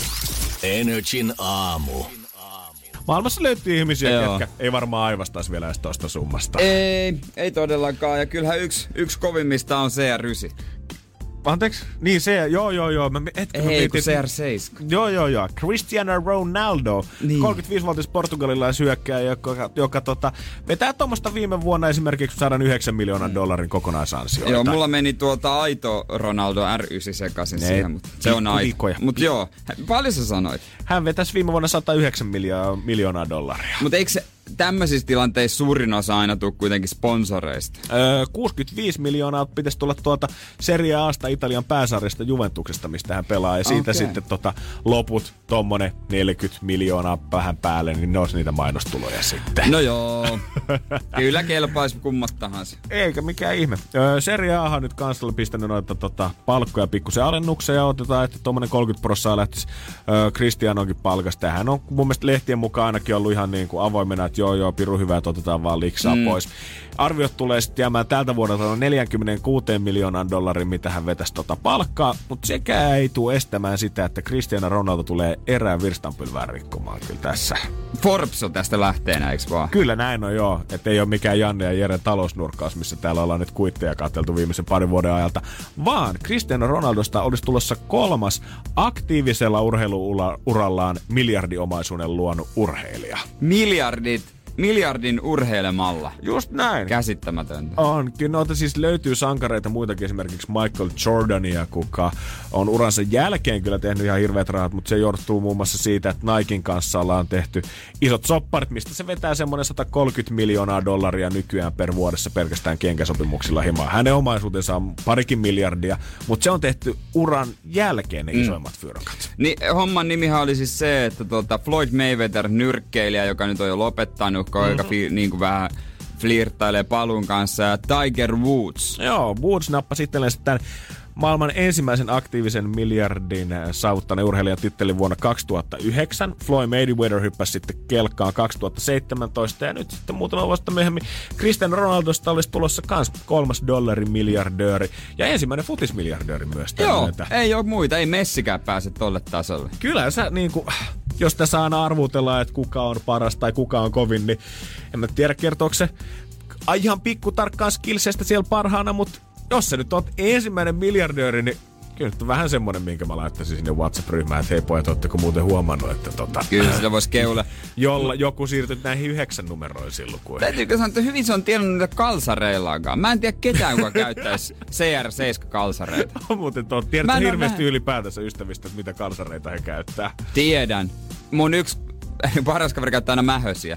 Energin aamu. Maailmassa löytyy ihmisiä, Joo. ketkä ei varmaan aivastaisi vielä edes tosta summasta. Ei, ei todellakaan. Ja kyllähän yksi, yksi kovimmista on C R yhdeksän. Anteeksi? Niin se, joo joo joo. Mä, hetken, ei, kun C R seitsemän. Joo joo joo. Cristiano Ronaldo, niin. kolmekymmentäviisivuotias portugalilaishyökkääjä, joka, joka tota, vetää tuommoista viime vuonna esimerkiksi sata yhdeksän miljoonan dollarin kokonaisansioita. Joo, mulla meni tuota aito Ronaldo R yhdeksän sekaisin ne, siihen, mutta se on aito. Mutta joo, paljon sä sanoit? Hän vetäisi viime vuonna sata yhdeksän miljoonaa dollaria. Mutta eikö se tämmöisissä tilanteissa suurin osa aina tuu kuitenkin sponsoreista? Öö, kuusikymmentäviisi miljoonaa pitäisi tulla tuolta Serie A:sta Italian pääsarjasta Juventuksesta, mistä hän pelaa. Ja siitä okay. sitten tota, loput, tommonen neljäkymmentä miljoonaa vähän päälle, niin ne olisi niitä mainostuloja sitten. No joo, kyllä kelpaisi kummat tahansa. Eikä mikään ihme. Öö, Serie A:han on nyt kanssa pistänyt noita tota, palkkoja pikkusen alennuksia ja otetaan, että tommonen kolmekymmentä prosenttia lähtisi öö, Cristianonkin palkasta. Ja hän on mun mielestä lehtien mukaan ainakin ollut ihan niin kuin avoimena, että joo joo, piru hyvä, että otetaan vaan liksaa mm. pois. Arviot tulee sitten jäämään tältä vuodelta neljäkymmentäkuusi miljoonan dollarin, mitä hän vetäisi tota palkkaa, mutta sekään ei tule estämään sitä, että Cristiano Ronaldo tulee erään virstanpylvään rikkomaan kyllä tässä. Forbes on tästä lähteenä, eikö vaan? Kyllä näin on joo, että ei ole mikään Janne ja Jeren talousnurkkaus, missä täällä ollaan nyt kuitteja katseltu viimeisen parin vuoden ajalta, vaan Cristiano Ronaldosta olisi tulossa kolmas aktiivisella urheiluurallaan miljardiomaisuuden luonut urheilija. Miljardit? Miljardin urheilemalla. Just näin. Käsittämätöntä. On. Kyllä noita siis löytyy sankareita muitakin, esimerkiksi Michael Jordania, kuka on uransa jälkeen kyllä tehnyt ihan hirveät rahat, mutta se johtuu muun muassa siitä, että Niken kanssa ollaan tehty isot sopparit, mistä se vetää semmoinen sata kolmekymmentä miljoonaa dollaria nykyään per vuodessa pelkästään kenkäsopimuksilla himaa. Hänen omaisuutensa on parikin miljardia, mutta se on tehty uran jälkeen ne mm. isoimmat fyrkat. Niin homman nimihan oli siis se, että tuota Floyd Mayweather, nyrkkeilijä, joka nyt on jo lopettanut, joka mm-hmm. fi, niin kuin vähän flirttailee paluun kanssa, ja Tiger Woods. Joo, Woods nappasi itselleen tämän maailman ensimmäisen aktiivisen miljardin saavuttaneen urheilijan tittelin vuonna kaksituhattayhdeksän. Floyd Mayweather hyppäsi sitten kelkkaan kaksituhattaseitsemäntoista, ja nyt sitten muutama vuotta myöhemmin Cristiano Ronaldosta olisi tulossa kans kolmas dollarin miljardööri ja ensimmäinen futismiljardööri myös. Joo, myötä. Ei ole muita, ei Messikään pääse tolle tasolle. Kyllä sä niinku, jos tässä aina arvutellaan, että kuka on paras tai kuka on kovin, niin en mä tiedä kertooko se ihan pikku tarkkaan skillsestä siellä parhaana, mutta jos se nyt on ensimmäinen miljardööri, niin kyllä nyt on vähän semmonen, minkä mä laittaisin sinne WhatsApp-ryhmään, että hei pojat, ootteko muuten huomannut, että tota... Kyllä sitä vois keula. Jolla joku siirtyy näihin yhdeksän numeroisiin lukuihin. Täytyykö sanoa, että hyvin se on tiennyt niitä kalsareillaankaan. Mä en tiedä ketään, kuka käyttäisi C R seitsemän kalsareita. On muuten totta. Tiedätkö hirveästi näin ylipäätänsä ystävistä, että mitä kalsareita he käyttää? Tiedän. Mun yksi paras kaveri käyttää aina mähösiä.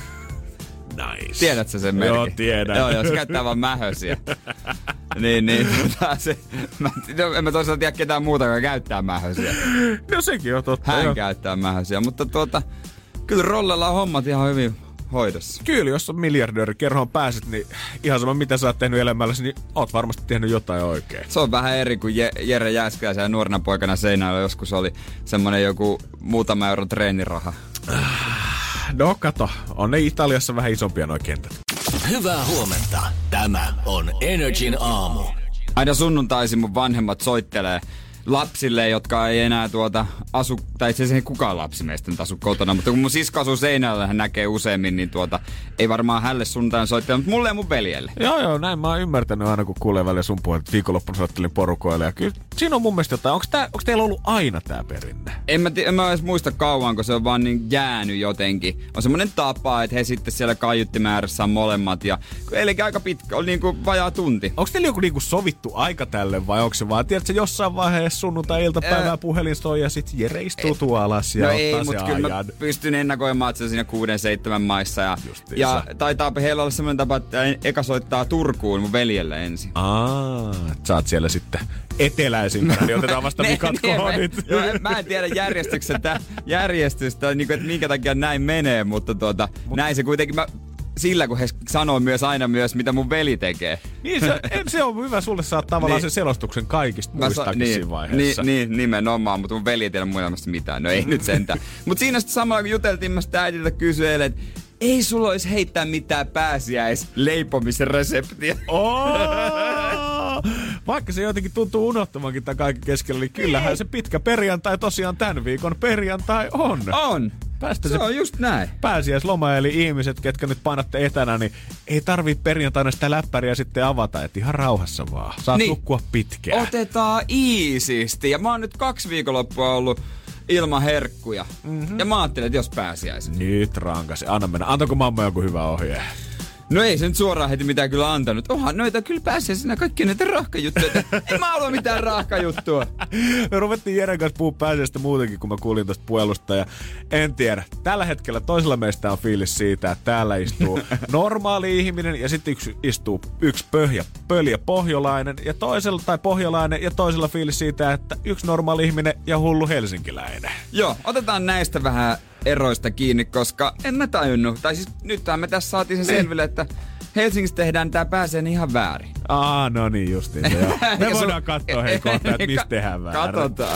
Nice. Tiedätkö sen merkin? Joo, tiedän. Joo, joo, se käyttää vaan mähösiä. niin, niin. Se, mä, en mä toisaalta tiedä ketään muuta, joka käyttää mähösiä. No sekin on totta. Hän jo. käyttää mähösiä, mutta tuota, kyllä Rollella on hommat ihan hyvin hoidossa. Kyllä, jos on miljardööri kerhoon pääset, niin ihan sama mitä sä oot tehnyt elämälläsi, niin oot varmasti tehnyt jotain oikein. Se on vähän eri kuin Je- Jere Jääskeläisen ja nuorena poikana seinällä joskus oli semmonen joku muutama euron treeniraha. No kato, on ne Italiassa vähän isompia noi kentät. Hyvää huomenta. Tämä on Energin aamu. Aina sunnuntaisin mun vanhemmat soittelee lapsille, jotka ei enää tuota asu, tai itse asiassa kukaan lapsi meistä nyt asu kotona, mutta kun mun sisko asuu Seinäjoella, hän näkee useammin, niin tuota, ei varmaan hälle sunnuntaina soittele, mutta mulle ja mun veljelle. Joo joo, näin mä oon ymmärtänyt aina, kun kuulee välillä sun puolet, viikonloppuna soittelin porukoille, ja kyllä siinä on mun mielestä jotain. Onko, tää, onko teillä ollut aina tää perinne? En mä, en mä edes muista kauan, kun se on vaan niin jäänyt jotenkin. On semmonen tapa, että he sitten siellä kaiuttimäärässä on molemmat, ja eli aika pitkä, oli niinku vajaa tunti. Onko teillä joku niinku sovittu aika tälle, vai onko se vaan, tiedätkö, jossain vaiheessa sunnuntai-iltapäivää, puhelin soi ja sit Jere istuu alas ja no ottaa ei, se mutta kyllä ajan. mä pystyn ennakoimaan, että se on siinä kuuden seitsemän maissa. Ja, ja taitaa heillä olla semmoinen tapa, että eka soittaa Turkuun mun veljelle ensin. Aa, sä oot siellä sitten eteläisimpänä, niin otetaan vasta mikat kohdit. Joo, mä en tiedä järjestyksestä, järjestystä, niin kuin, että minkä takia näin menee, mutta tuota, Mut, näin se kuitenkin, mä, sillä kun he sanoo myös aina myös, mitä mun veli tekee. Niin, se, se on hyvä, sulle saat tavallaan niin, sen selostuksen kaikista muistakin niin, siinä vaiheessa. Niin, niin, nimenomaan, mutta mun veli ei tiedä muistamasta mitään, no ei nyt sentään. Mutta siinä sitten samalla kun juteltiin, mä sitä äidiltä kysyin eilen, että ei sulla olisi heittää mitään pääsiäisleipomisen reseptiä. Oh! Vaikka se jotenkin tuntuu unohtumankin tämän kaiken keskellä, niin kyllähän se pitkä perjantai tosiaan tämän viikon perjantai on. On. Päästä se, se on just näin. Pääsiäisloma, eli ihmiset, ketkä nyt painatte etänä, niin ei tarvii perjantaina sitä läppäriä sitten avata, et ihan rauhassa vaan. Saat niin, nukkua pitkään. Otetaan iisisti. Ja mä oon nyt kaksi viikonloppua ollut ilman herkkuja. Mm-hmm. Ja mä ajattelin, että jos pääsiäisin. Nyt rankas. Anna mennä. Antako mamma joku hyvä ohje? No ei se nyt suoraan heti mitään kyllä antanut. Onhan noita kyllä pääsiäisenä kaikki näitä rahkajuttuja. Ei mä halua mitään rahkajuttua. Me ruvettiin Jeren kanssa puhua pääsiäistä muutenkin, kun mä kuulin tosta puhelusta. Ja en tiedä. Tällä hetkellä toisella meistä on fiilis siitä, että täällä istuu normaali ihminen ja sitten yksi istuu yksi pöhjä, pöljä pohjolainen ja toisella, tai pohjalainen ja toisella fiilis siitä, että yksi normaali ihminen ja hullu helsinkiläinen. Joo, otetaan näistä vähän eroista kiinni, koska en mä tajunnut. Tai siis nythän me tässä saatiin se selville, että Helsingissä tehdään tää pääseen ihan väärin. Aa, no niin justiin se joo. Me voidaan katsoa hei kohta, että mistä tehdään väärin. Katsotaan.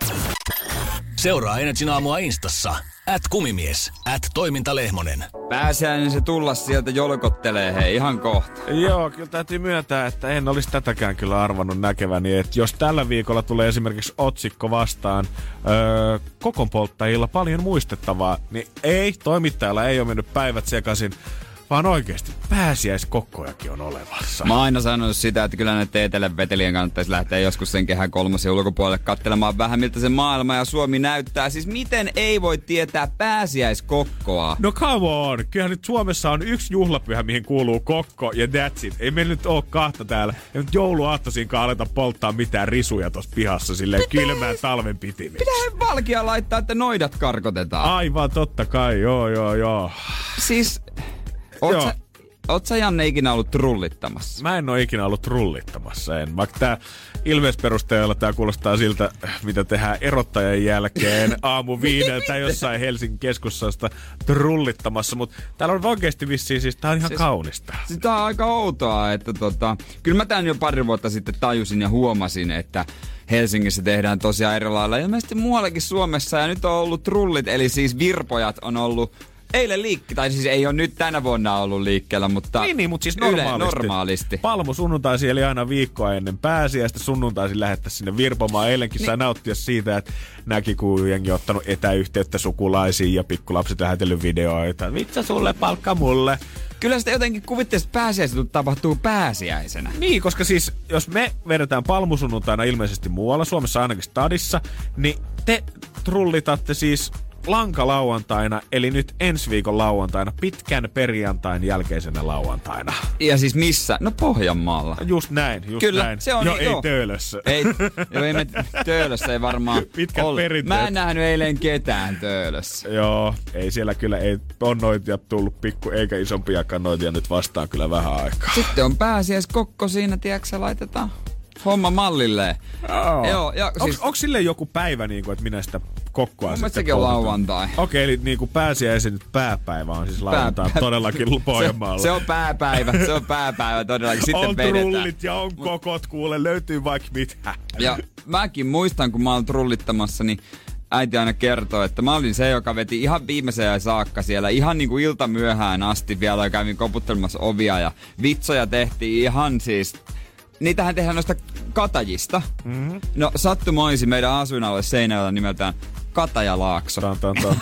Seuraa Energin aamua Instassa. At kumimies. At toimintalehmonen. Pääsiäinen se tulla sieltä jolkottelee hei ihan kohta. Joo, kyllä täytyy myöntää, että en olisi tätäkään kyllä arvannut näkeväni. Että jos tällä viikolla tulee esimerkiksi otsikko vastaan öö, kokonpolttajilla paljon muistettavaa, niin ei, toimittajalla ei ole mennyt päivät sekaisin. Vaan oikeesti pääsiäiskokkojakin on olemassa. Mä oon aina sanonut sitä, että kyllä näiden etelävetelien kannattaisi lähteä joskus sen kehän kolmosen ulkopuolelle katselemaan vähän, miltä se maailma ja Suomi näyttää. Siis miten ei voi tietää pääsiäiskokkoa? No come on! Kyllähän nyt Suomessa on yksi juhlapyhä, mihin kuuluu kokko ja that's it. Ei meillä nyt oo kahta täällä. Ja nyt jouluaattosiinkaan aleta polttaa mitään risuja tossa pihassa silleen kylmään talven pitimiksi. Pitäähän valkia laittaa, että noidat karkotetaan. Aivan totta kai, joo joo joo. Siis... Oot sä, oot sä Janne ikinä ollut trullittamassa? Mä en oo ikinä ollut trullittamassa, en. Vaikka tää ilmeisperusteella tää kuulostaa siltä, mitä tehdään erottajan jälkeen aamu viideltä jossain Helsingin keskustassa trullittamassa. Mut täällä on oikeesti vissiin, siis tää on ihan siis, kaunista. Siis tää on aika outoa, että tota... Kyllä mä tän jo pari vuotta sitten tajusin ja huomasin, että Helsingissä tehdään tosiaan eri lailla. Ilmeisesti muuallakin Suomessa ja nyt on ollut trullit, eli siis virpojat on ollut... Eilen liikki, tai siis ei ole nyt tänä vuonna ollut liikkeellä, mutta, niin, niin, mutta siis normaalisti. Yle, normaalisti. Palmu sunnuntaisi eli aina viikkoa ennen pääsiäistä. Sunnuntaisin lähettäisiin sinne virpomaan. Eilenkin niin. Sai nauttia siitä, että näki, kun jengi on ottanut etäyhteyttä sukulaisiin ja pikkulapset lähetellyt videoita. Vitsa sulle, palkka mulle. Kyllä sitä jotenkin kuvitteessa, että pääsiäiset tapahtuu pääsiäisenä. Niin, koska siis jos me vedetään palmusunnuntaina ilmeisesti muualla, Suomessa ainakin stadissa, niin te trullitatte siis... lankalauantaina, eli nyt ensi viikon lauantaina, pitkän perjantain jälkeisenä lauantaina. Ja siis missä? No Pohjanmaalla. Just näin, just Kyllä, näin. Se on jo, niin, ei joo. Töölössä. Ei, jo, ei me Töölössä ei varmaan pitkät ole. perinteet. Mä en nähnyt eilen ketään Töölössä. Joo, ei siellä kyllä, ei on noitia tullut pikku eikä isompiakaan noitia nyt vastaan kyllä vähän aikaa. Sitten on pääsiäiskokko siinä, tiedätkö, laitetaan homma mallilleen. Oh. Joo, ja siis... Onks, onks silleen joku päivä, niin kuin, että minä sitä kokkoa mun sitten sekin on lauantai. Okei, eli niin kuin pääsiäisen nyt pääpäivä on siis lauantai Pää, todellakin Pohjanmaalla. Se, se on pääpäivä, se on pääpäivä todellakin. Sitten on vedetään. Trullit ja on kokot, kuule, löytyy vaikka mitä. Ja mäkin muistan, kun mä oon trullittamassa, niin äiti aina kertoo, että mä olin se, joka veti ihan viimeiseen saakka siellä. Ihan niin kuin ilta myöhään asti vielä kävin koputtelemassa ovia ja vitsoja tehtiin ihan siis... Niitähän tehdään noista katajista. Mm-hmm. No sattumoisin meidän asuinalle seinällä nimeltään Katajalaakso. Tan, tan, tan,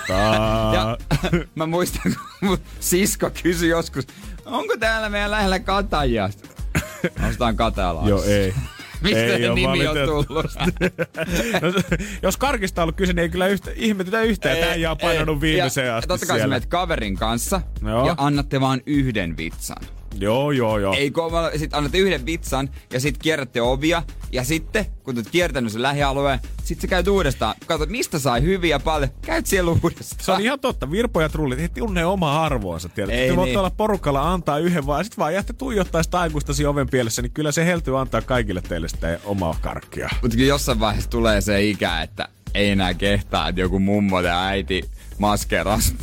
ja mä muistan, kun mun sisko kysyi joskus, onko täällä meidän lähellä Katajaa? Ostetaan Katajalaakso. Joo, ei. Mistä ei se nimi on tullut? no, jos karkista on ollut kyse, niin ei kyllä yhtä, ihmetytä yhtään. Tää ei ole painanut viimeiseen asti totta kai sä menet kaverin kanssa Joo. ja annatte vaan yhden vitsan. Joo, joo, joo. Ei, kun sit annatte yhden vitsan ja sit kierrätte ovia. Ja sitten, kun olet kiertänyt sen lähialueen, sit sä käyt uudestaan. Katsot, mistä sai hyviä paljon. Käyt siellä uudestaan. Se on ihan totta. Virpo ja trullit, he tunne omaa arvoansa. Tiedät. Ei te voitte niin. olla porukalla antaa yhden vaan. Sit vaan jäätte tuijottaa sitä aikuistasi oven pielessä, niin kyllä se heltyy antaa kaikille teille sitä omaa karkkia. Mutta jossain vaiheessa tulee se ikä, että ei enää kehtaa, että joku mummo tai äiti maskeeras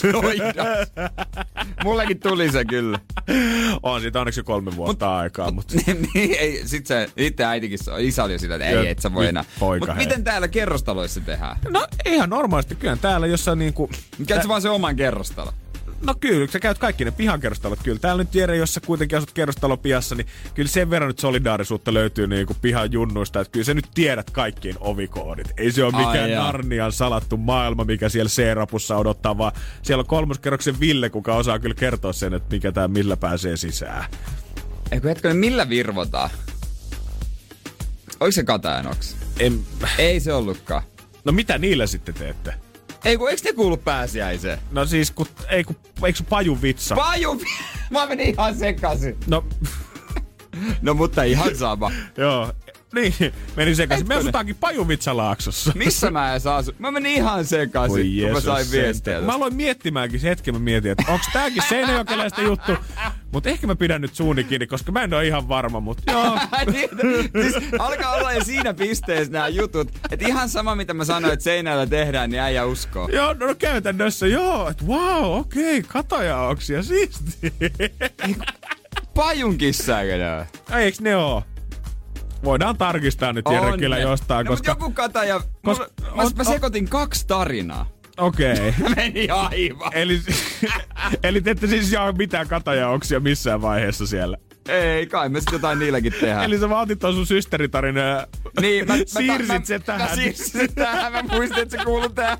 Mullekin tuli se kyllä. On siitä onneksi kolme vuotta Mut, aikaa. Mutta niin, ei, sit se itse äitikin, isä oli sitä, että ei, et sä voi enää. Mutta miten täällä kerrostaloissa tehdään? No ihan normaalisti kyllä täällä, jossa niinku... Käytkö vaan se oman kerrostalo? No kyllä, sä käyt kaikki ne pihakerrostalot kyllä. Täällä nyt Jere, jos sä kuitenkin asut kerrostalopihassa, niin kyllä sen verran nyt solidaarisuutta löytyy niinku pihan junnuista, että kyllä sä nyt tiedät kaikkien ovikoodit. Ei se ole mikään Ai Narnian salattu maailma, mikä siellä C-rapussa odottaa, vaan siellä on kolmoskerroksen Ville, kuka osaa kyllä kertoa sen, että mikä tää millä pääsee sisään. Eikö hetkinen, millä virvotaan? Oliko se Katajanoksi? En... Ei se ollutkaan. No mitä niillä sitten teette? Ei kun, eikö ne kuulu pääsiäiseen? No siis, kun, ei kun, eikö se paju vitsa? Paju Mä menin ihan sekaisin. No... no mutta ihan sama. Joo. Niin, menin sekaisin. Me asutaankin Pajuvitsalaaksossa. Missä mä edes asun? Mä menin ihan sekaisin, kun Jeesus mä sain viestiä. Mä aloin miettimäänkin se hetken, mä mietin, että onks tääkin seinäjokeläistä juttu. Mut ehkä mä pidän nyt suuni kiinni, koska mä en oo ihan varma, mut joo. Siis alkaa olla jo siinä pisteessä nämä jutut. Että ihan sama mitä mä sanoin, että seinällä tehdään, niin äijä uskoo. Joo, no, no käytännössä joo. Että wow, okei, okay, katajaoksia, siistiä. Pajun kissääkö nää? Eiks ne oo? Voidaan tarkistaa nyt Jere kyllä jostain, no, koska... Mutta joku kataja... Koska, mä, on, mä sekoitin on, kaksi tarinaa. Okei. Okay. Meni aivan. Eli, eli te ette siis jaa mitään katajaoksia missään vaiheessa siellä? Ei, kai me sit jotain niilläkin tehdään. Eli sä vaan otit ton sun systeritarinaa ja niin, mä, siirsit mä, sen tähän. Mä siirsin sen tähän, mä muistin, että se kuuluu tähän.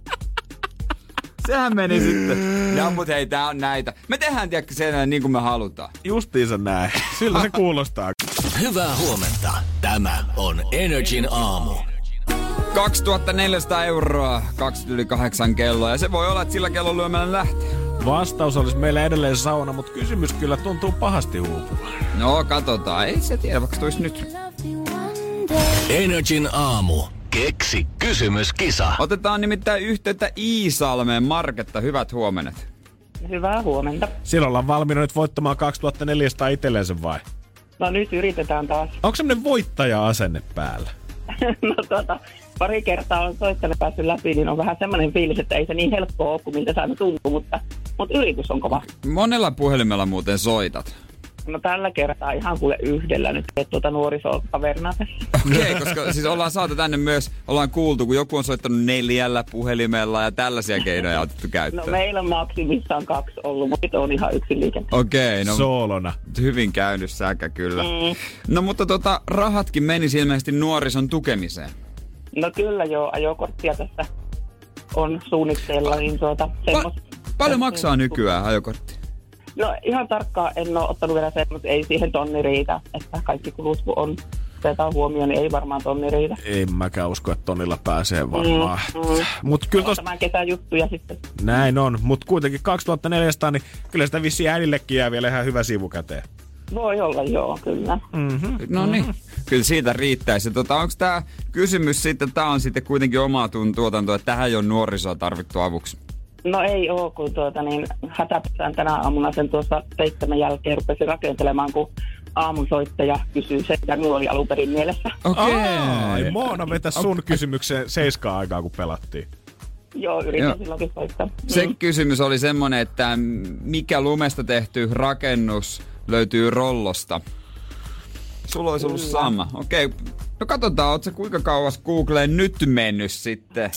Sehän meni sitten. No mut hei, tää on näitä. Me tehdään tiedäkö sen niin kuin me halutaan. Justiinsa näin. Siltä se kuulostaa. Hyvää huomenta. Tämä on Energin aamu. kaksituhattaneljäsataa euroa, kaksi yli kahdeksan kelloa. Ja se voi olla, että sillä kellon lyömällä lähtee. Vastaus olisi meillä edelleen sauna, mutta kysymys kyllä tuntuu pahasti uupuvan. No katsotaan. Ei se tiedä, vaikka tulisi nyt. Energin aamu. Keksi kysymyskisa. Otetaan nimittäin yhteyttä Iisalmeen. Marketta, hyvät huomenet. Hyvää huomenta. Siellä ollaan valmiina nyt voittamaan kaksituhattaneljäsataa itsellensä vai? No nyt yritetään taas. Onko semmonen voittaja-asenne päällä? no tota, pari kertaa on soittanut päässyt läpi, niin on vähän semmoinen fiilis, että ei se niin helppoa ole kuin miltä se aina tuntuu, mutta, mutta yritys on kova. Monella puhelimella muuten soitat? No tällä kertaa ihan kuule yhdellä nyt, että tuota nuorisokaverina tässä. Okei, okay, koska siis ollaan saatu tänne myös, ollaan kuultu, kun joku on soittanut neljällä puhelimella ja tällaisia keinoja otettu käyttöön. No meillä on maksimissaan kaksi ollut, mutta nyt on ihan yksin liike. Okei, okay, no soolona. Hyvin käynyt säkä kyllä. Mm. No mutta tota, rahatkin meni ilmeisesti nuorison tukemiseen. No kyllä joo, ajokorttia tässä on suunnitteilla, niin tuota semmos... Pa- paljon maksaa nykyään ajokortti? No ihan tarkkaan en ole ottanut vielä sen, mutta ei siihen tonni riitä, että kaikki kulut kun on otetaan huomioon, niin ei varmaan tonni riitä. En mäkään usko, että tonnilla pääsee varmaan. Mm, mm. Mut kyllä tos... Tämän kesän juttuja sitten. Näin on, mutta kuitenkin kaksituhattaneljäsataa, niin kyllä sitä vissiin äidillekin jää vielä ihan hyvä sivu käteen. Voi olla, joo, kyllä. Mm-hmm. No niin, mm-hmm. Kyllä siitä riittäisi. Tota, onko tämä kysymys sitten, tämä on sitten kuitenkin omaa tuotantoa, että tähän ei ole nuorisoa tarvittu avuksi? No ei oo, kun tuota niin hätäpesään tänä aamuna sen tuossa seitsemän jälkeen rupesin rakentelemaan, kun aamusoittaja kysyy se, mitä minulla oli alun perin mielessä. Okei. Okay. Moona vetä sun okay. kysymykseen seiskaan aikaa, kun pelattiin. Joo, yritin Joo. silloinkin soittaa. Se mm. kysymys oli semmonen, että mikä lumesta tehty rakennus löytyy rollosta? Sulla olisi ollut Kyllä. sama. Okei, okay. No katsotaan, ootko kuinka kauas Googleen nyt mennyt sitten?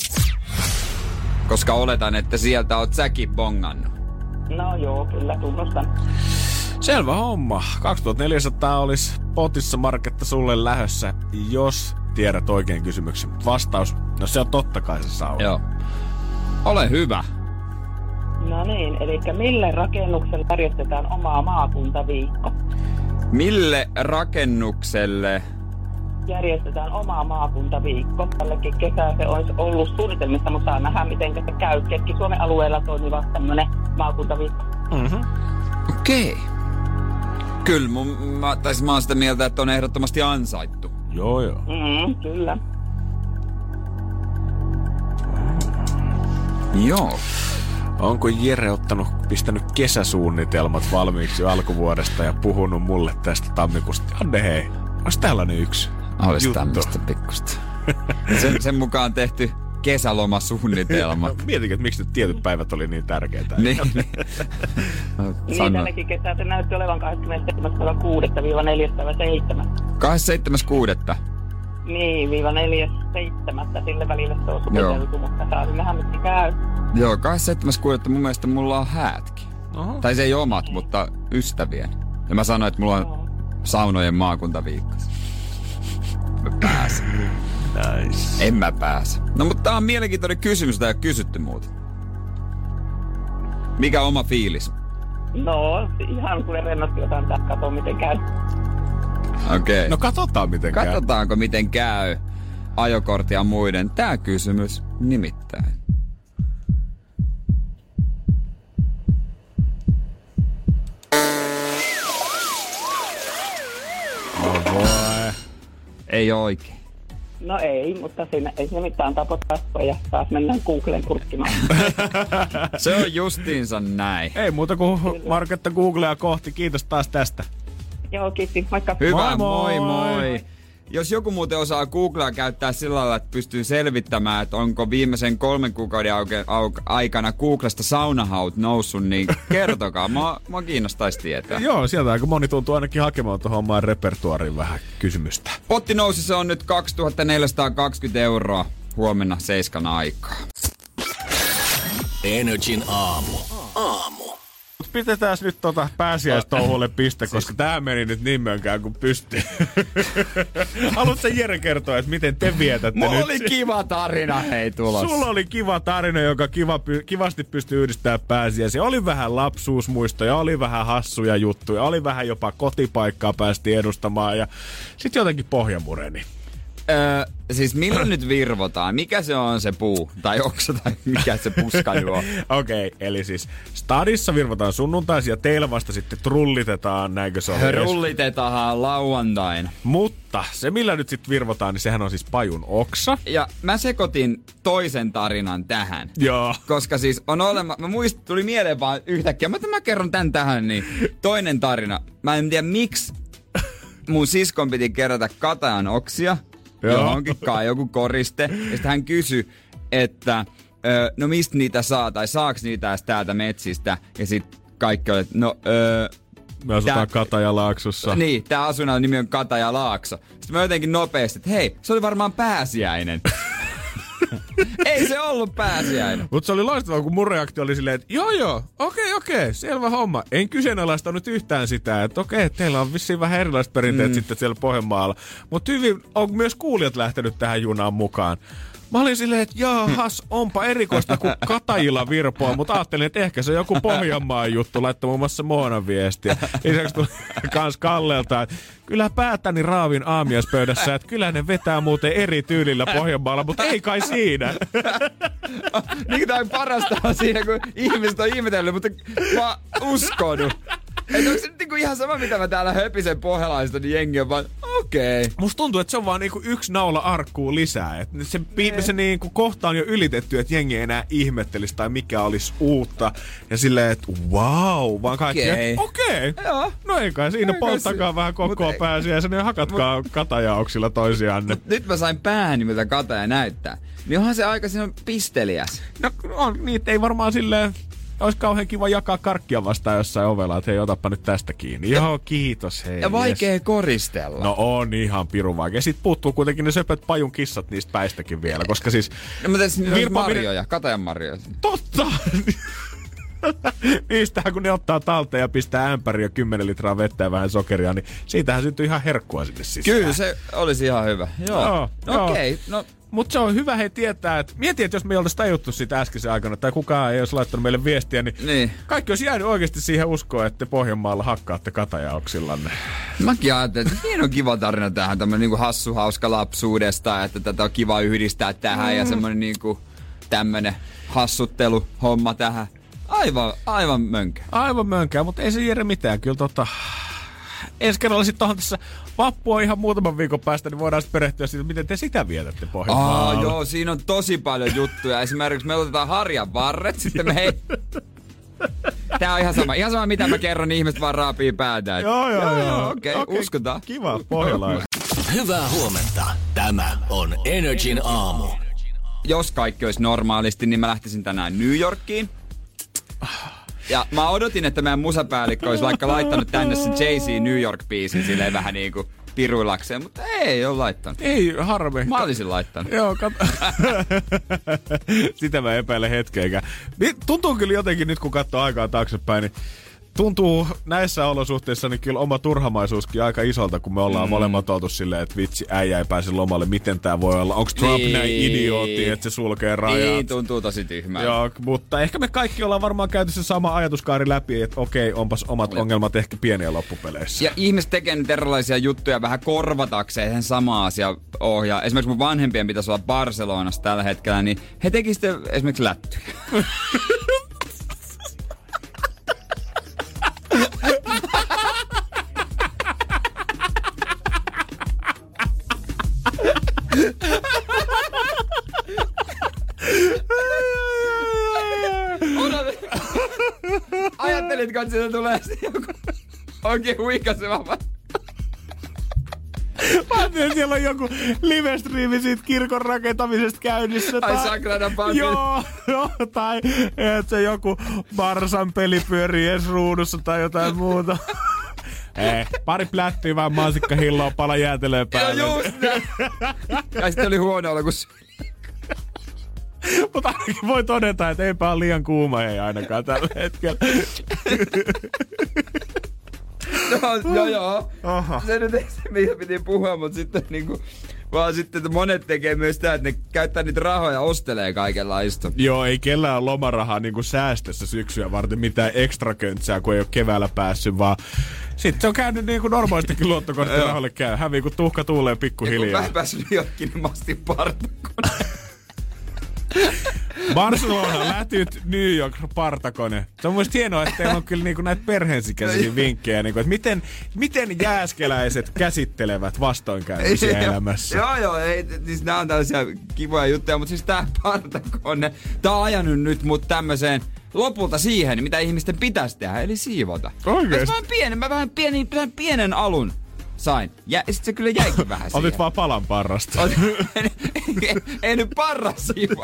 Koska oletan, että sieltä oot säkin bongannut. No joo, kyllä tunnustan. Selvä homma. kaksituhattaneljäsataa olisi potissa Marketta sulle lähössä, jos tiedät oikein kysymyksen. Vastaus, no se on totta kai se sauna. Joo. Ole hyvä. No niin, eli mille rakennukselle järjestetään omaa maakuntaviikko? Mille rakennukselle järjestetään omaa maakuntaviikko? Tällekin kesää se olisi ollut suunnitelmissa, mutta saa nähdä, miten se käy. Keski-Suomen alueella toimiva tämmöinen maakuntaviikko. Mm-hmm. Okei. Kyllä, mun, mä, tai mä oon sitä mieltä, että on ehdottomasti ansaittu. Joo, joo. Mm, kyllä. Joo. Onko Jere ottanut, pistänyt kesäsuunnitelmat valmiiksi alkuvuodesta ja puhunut mulle tästä tammikuusta? Anne hei, olis tällainen yksi Olis juttu. tämmöstä pikkusta. Sen, sen mukaan tehty kesälomasuunnitelma. Mietinkö, että miksi nyt tietyt päivät oli niin tärkeitä. niin, niin. Niin tännekin kesää se näytti olevan kahdeskymmenesseitsemäs kuudetta neljäs seitsemäs kahdeskymmenesseitsemäs kuudetta Niin, viiva neljäs seitsemättä sille välille se on suunniteltu, mutta saa nähdä miten käy. Joo, kahdeskymmenesseitsemäs kuudetta mun mielestä mulla on häätkin. Oho. Tai se ei omat, mutta ystävien. Ja mä sanoin, että mulla on saunojen maakuntaviikko. Mä pääsen. Nice. En mä pääse. No mutta tää on mielenkiintoinen kysymys, jota ei ole kysytty muuta. Mikä oma fiilis? No, ihan kun rennosti jotain tästä, katsoa miten käy. Okei. Okay. No katsotaan miten käy. Katsotaanko miten käy ajokortia muiden. Tää kysymys nimittäin. No voi. Ei oikein. No ei, mutta siinä ei se mitään tapottaa ja taas mennään Googleen kurkkimaan. Se on justiinsa näin. Ei muuta kuin Marketta Googlea kohti. Kiitos taas tästä. Joo, kiitos. Moikka. Hyvä, moi moi moi. moi. Jos joku muuten osaa Googlea käyttää sillä lailla, että pystyy selvittämään, että onko viimeisen kolmen kuukauden auke, auke, aikana Googlesta saunahaut noussut, niin kertokaa. Mua, mua kiinnostaisi tietää. Joo, sieltä aika moni tuntuu ainakin hakemaan tuohon omaan repertuariin vähän kysymystä. Potti nousi, se on nyt kaksituhattaneljäsataakaksikymmentä euroa huomenna seiskan aikaa. Energin aamu. Aamu. Pistetään nyt tota pääsiäistouhulle piste, koska tää meni nyt niin mönkään kuin pystyy. Haluatko Jere kertoa, että miten te vietätte Mulla nyt? oli kiva tarina, hei tulossa. Sulla oli kiva tarina, joka kiva, py, kivasti pystyi yhdistämään pääsiäisiä. Oli vähän lapsuusmuistoja, oli vähän hassuja juttuja, oli vähän jopa kotipaikkaa päästiin edustamaan ja sit jotenkin pohja mureni. Öö, siis milloin nyt virvotaan? Mikä se on se puu? Tai oksa tai mikä se puskaju on? Okei, okay, eli siis stadissa virvotaan sunnuntaisin ja teillä vasta sitten trullitetaan, näinkö se on? Rullitetaan lauantaina. Mutta se millä nyt sitten virvotaan, niin sehän on siis pajun oksa. Ja mä sekoitin toisen tarinan tähän. Joo. Koska siis on olema, mä muistin, tuli mieleen vaan yhtäkkiä, mä, mä kerron tän tähän, niin toinen tarina. Mä en tiedä miksi mun siskon piti kerätä katajan oksia. Joo. Johonkin kai joku koriste. Ja sitten hän kysyi, että ö, no mistä niitä saa, tai saaks niitä edes täältä metsistä. Ja sitten kaikki oli, että no öö, Me asutaan tää, Katajalaaksossa. Niin, tää asuinnan nimi on Katajalaakso. Sitten mä jotenkin nopeasti, että hei, se oli varmaan pääsiäinen. Ei se ollut pääsiäinen. Mutta se oli loistavaa, kun mun reaktio oli silleen, että joo joo, okei okei, selvä homma. En kyseenalaistanut yhtään sitä, että okei, teillä on vissiin vähän erilaiset perinteet mm. sitten siellä Pohjanmaalla. Mutta hyvin on myös kuulijat lähtenyt tähän junaan mukaan. Mä olin silleen, että jaahas, onpa erikoista, kun Katajilla virpoa, mutta ajattelin, että ehkä se on joku Pohjanmaan juttu, laittoi muun muassa Moonan viestiä. Lisäksi tuli kans Kallelta, että kyllä päätäni raavin aamiaispöydässä, että kyllä ne vetää muuten eri tyylillä Pohjanmaalla, mutta ei kai siinä. Niin tämä on parasta on siinä, kun ihmiset on ihmetellyt, mutta mä uskonut. Että onko se nyt niinku ihan sama, mitä mä täällä höpisen pohjalaisista, niin jengi on vaan, okei. Okay. Musta tuntuu, että se on vaan niinku yksi naula arkkuun lisää. Et se pi- se niinku kohta on jo ylitetty, että jengi ei enää ihmettelisi tai mikä olisi uutta. Ja silleen, että wow, vaan kaikki, Okei. että okei. Okay. Joo. No ei kai siinä, Ei kai polttakaa si- vähän mut kokoa ei- pääsiäisen ja hakatkaa katajaoksilla toisianne. Nyt mä sain pääni, mitä Kataja näyttää. Niin onhan se aika siinä pisteliäs. No on, niitä ei varmaan silleen... Olisi kauhean kiva jakaa karkkia vastaan jossain ovella, että hei, otappa nyt tästä kiinni. Joo, kiitos, hei. Ja vaikea yes. koristella. No on ihan pirun vaikea. Sitten puuttuu kuitenkin ne söpöt pajun kissat niistä päistäkin vielä, koska siis... No mutta tässä on Virpo- marjoja, Katajan marjoja. Totta! Niistähän kun ne ottaa talteen ja pistää ämpäriä kymmenen litraa vettä ja vähän sokeria, niin siitähän syntyy ihan herkkua sinne sisään. Kyllä se olisi ihan hyvä. Joo. Joo, No joo. okei, okay. No Mutta se on hyvä hei tietää, että mieti, että jos me ei oltaisi tajuttu sitä äskeisen aikana, tai kukaan ei olisi laittanut meille viestiä, niin, Niin. kaikki olisi jäänyt oikeasti siihen uskoon, että te Pohjanmaalla hakkaatte katajaoksillanne. mäkin ajattelin, että siinä on kiva tarina tähän, tämmönen niinku hassu hauska lapsuudesta, että tätä on kiva yhdistää tähän mm. ja semmonen niinku tämmönen hassuttelu-homma tähän. Aivan, aivan mönkä. Aivan mönkää, mutta ei se Jere mitään. Kyllä tota, ensi kerralla sitten tohon tässä vappu on ihan muutaman viikon päästä, niin voidaan sitten perehtyä siitä, miten te sitä vietätte Pohjanmaalla. Aa, joo, siinä on tosi paljon juttuja. Esimerkiksi me otetaan harjan varret, sitten me hei... Tää on ihan sama. Ihan sama, mitä mä kerron, niin ihmiset vaan raapii päätään. Joo, joo, joo. joo. Okei, okay, okay, uskotaan. Kiva, pohjalainen. Hyvää huomenta. Tämä on Energin aamu. Jos kaikki olisi normaalisti, niin mä lähtisin tänään New Yorkiin. Ja mä odotin, että meidän musapäällikkö olisi vaikka laittanut tänne sen Jay-Z New York-biisin silleen vähän niinku piruillakseen, mutta ei ole laittanut. Ei, harmi. Mä olisin laittanut. Joo, kat- Sitä mä epäilen hetkeäkään. Tuntuu kyllä jotenkin nyt, kun katsoo aikaa taaksepäin, niin tuntuu näissä olosuhteissa niin kyllä oma turhamaisuuskin aika isolta, kun me ollaan mm. molemmat oltu silleen, että vitsi, äijä ei pääse lomalle. Miten tää voi olla? Onko Trump niin. näin idiootti, että se sulkee rajat? Niin, tuntuu tosi tyhmältä. Joo, mutta ehkä me kaikki ollaan varmaan käyty se sama ajatuskaari läpi, että okei, onpas omat ja. ongelmat ehkä pieniä loppupeleissä. Ja ihmiset tekee nyt erilaisia juttuja vähän korvatakseen sen sama asia ohjaa. Esimerkiksi mun vanhempien pitäisi olla Barcelonassa tällä hetkellä, niin he teki sitten esimerkiksi lättyjä. Ajattelitko, että siitä tulee joku oikein huikaseva vai? Mä ajattelin, että siellä on joku live-striimi siitä kirkon rakentamisesta käynnissä. Ai Sagradan Bankin. Joo, joo, tai että se joku Barsan peli pyörii edes ruudussa tai jotain muuta. Ei, pari plättyä vaan mansikkahilloa, pala jäätelöä päälle. Ja just näin. Ja sitten oli huono olla, kun... Mutta ainakin voi todeta, että eipä ole liian kuuma, ei ainakaan tällä hetkellä. No, joo, joo. Oho. Se nyt ei se, mitä piti puhua, mutta sitten niinku... Vaan sitten että monet tekee myös sitä, että ne käyttää niitä rahoja ja ostelee kaikenlaista. Joo, ei kellään ole lomarahaa niinku säästössä syksyä varten mitään ekstra köntsää, kun ei ole keväällä päässyt, vaan sitten se on käynyt niin kuin normaalistikin luottokorttirahoille käy. Hävii, kun tuhka tuulee pikkuhiljaa. Ja kun mä pääsin New Yorkiin, niin mä ostin partakone. Barcelona, lätyt, New York, partakone. Se on muista hienoa, että teillä on kyllä niinku näitä perheensikäisiä vinkkejä, niinku, että miten, miten jääskeläiset käsittelevät vastoinkäymisiä elämässä. Joo, joo, ei, siis nämä on tällaisia kivoja juttuja, mutta siis tää partakone, tää on ajanut nyt mut tämmöiseen lopulta siihen, mitä ihmisten pitäisi tehdä, eli siivota. Oikeesti? Mä pienen, mä vähän pieni, pienen alun sain. Ja sit se kyllä jäikin vähän siihen. Otit vaan palan parrasta. ei, ei, ei nyt parrasiiva.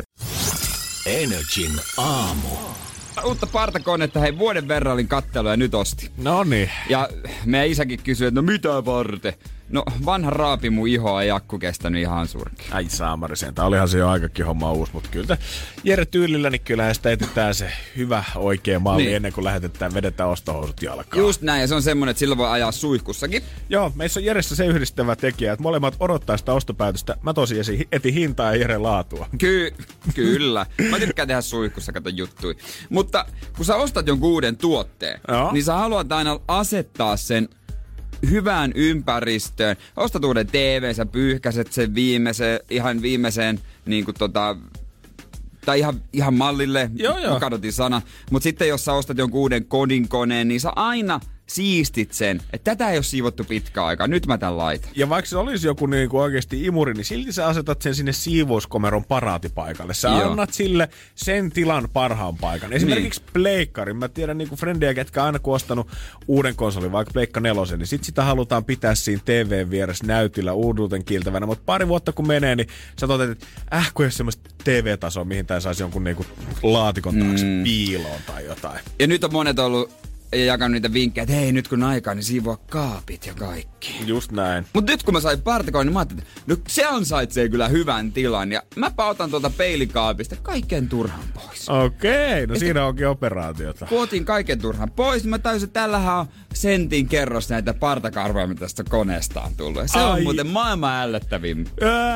Energin aamu. Uutta partakonetta, hei, vuoden verran olin kattelu ja nyt osti. Noniin. Ja meidän isäkin kysyi, että no mitä varten? No vanha raapi mun ihoa ei akku kestänyt ihan surkki. Ai saamari sen. Tää olihan se jo aikakin homma uusi, mutta kyllä Jere tyylillä, niin kyllähän sitä etsitään se hyvä oikea malli niin. Ennen kuin lähetetään, vedetään ostohousut jalkaan. Just näin, ja se on semmonen, että silloin voi ajaa suihkussakin. Joo, meissä on Jeressä se yhdistävä tekijä, että molemmat odottaa sitä ostopäätöstä. Mä tosi etin hintaa ja Jere laatua. Ky- kyllä. Mä tykkään tehdä suihkussa, kato juttui. Mutta kun sä ostat jonkun uuden tuotteen, Joo. niin sä haluat aina asettaa sen hyvään ympäristöön. Ostat uuden T V, sä pyyhkäset sen viimeiseen, ihan viimeiseen niinku tota... Tai ihan, ihan mallille, joo, joo. Mä kadotin sana. Mutta sitten jos sä ostat jonkun uuden kodinkoneen, niin sä aina siistit sen, että tätä ei ole siivottu pitkään aikaa, nyt mä tän laitan. Ja vaikka se olisi joku niinku oikeasti imuri, niin silti sä asetat sen sinne siivouskomeron paraatipaikalle. Sä Joo. annat sille sen tilan parhaan paikan. Esimerkiksi niin. pleikkarin. Mä tiedän niinku frendejä, ketkä aina kun ostanut uuden konsolin, vaikka pleikka nelosen, niin sit sitä halutaan pitää siinä T V:n vieressä näytillä uuduuden kiiltävänä. Mutta pari vuotta kun menee, niin sä toteat, että äh, kun ei ole semmoista T V-tasoa, mihin tää saisi jonkun niinku laatikon taakse mm. piiloon tai jotain. Ja nyt on monet ollut ja jakanut niitä vinkkejä, että hei, nyt kun on aikaa, niin siivoa kaapit ja kaikki. Just näin. Mut nyt kun mä sain partakoin, niin mä ajattelin, että no se ansaitsee kyllä hyvän tilan. Ja mäpä otan tuolta peilikaapista kaiken turhan pois. Okei, no että siinä onkin operaatiota. Kun otin kaiken turhan pois, niin mä tajusin, että tällähän on sentin kerros näitä partakarvoja, mitä tästä koneesta on tullut. Ja se Ai. on muuten maailman ällöttävin.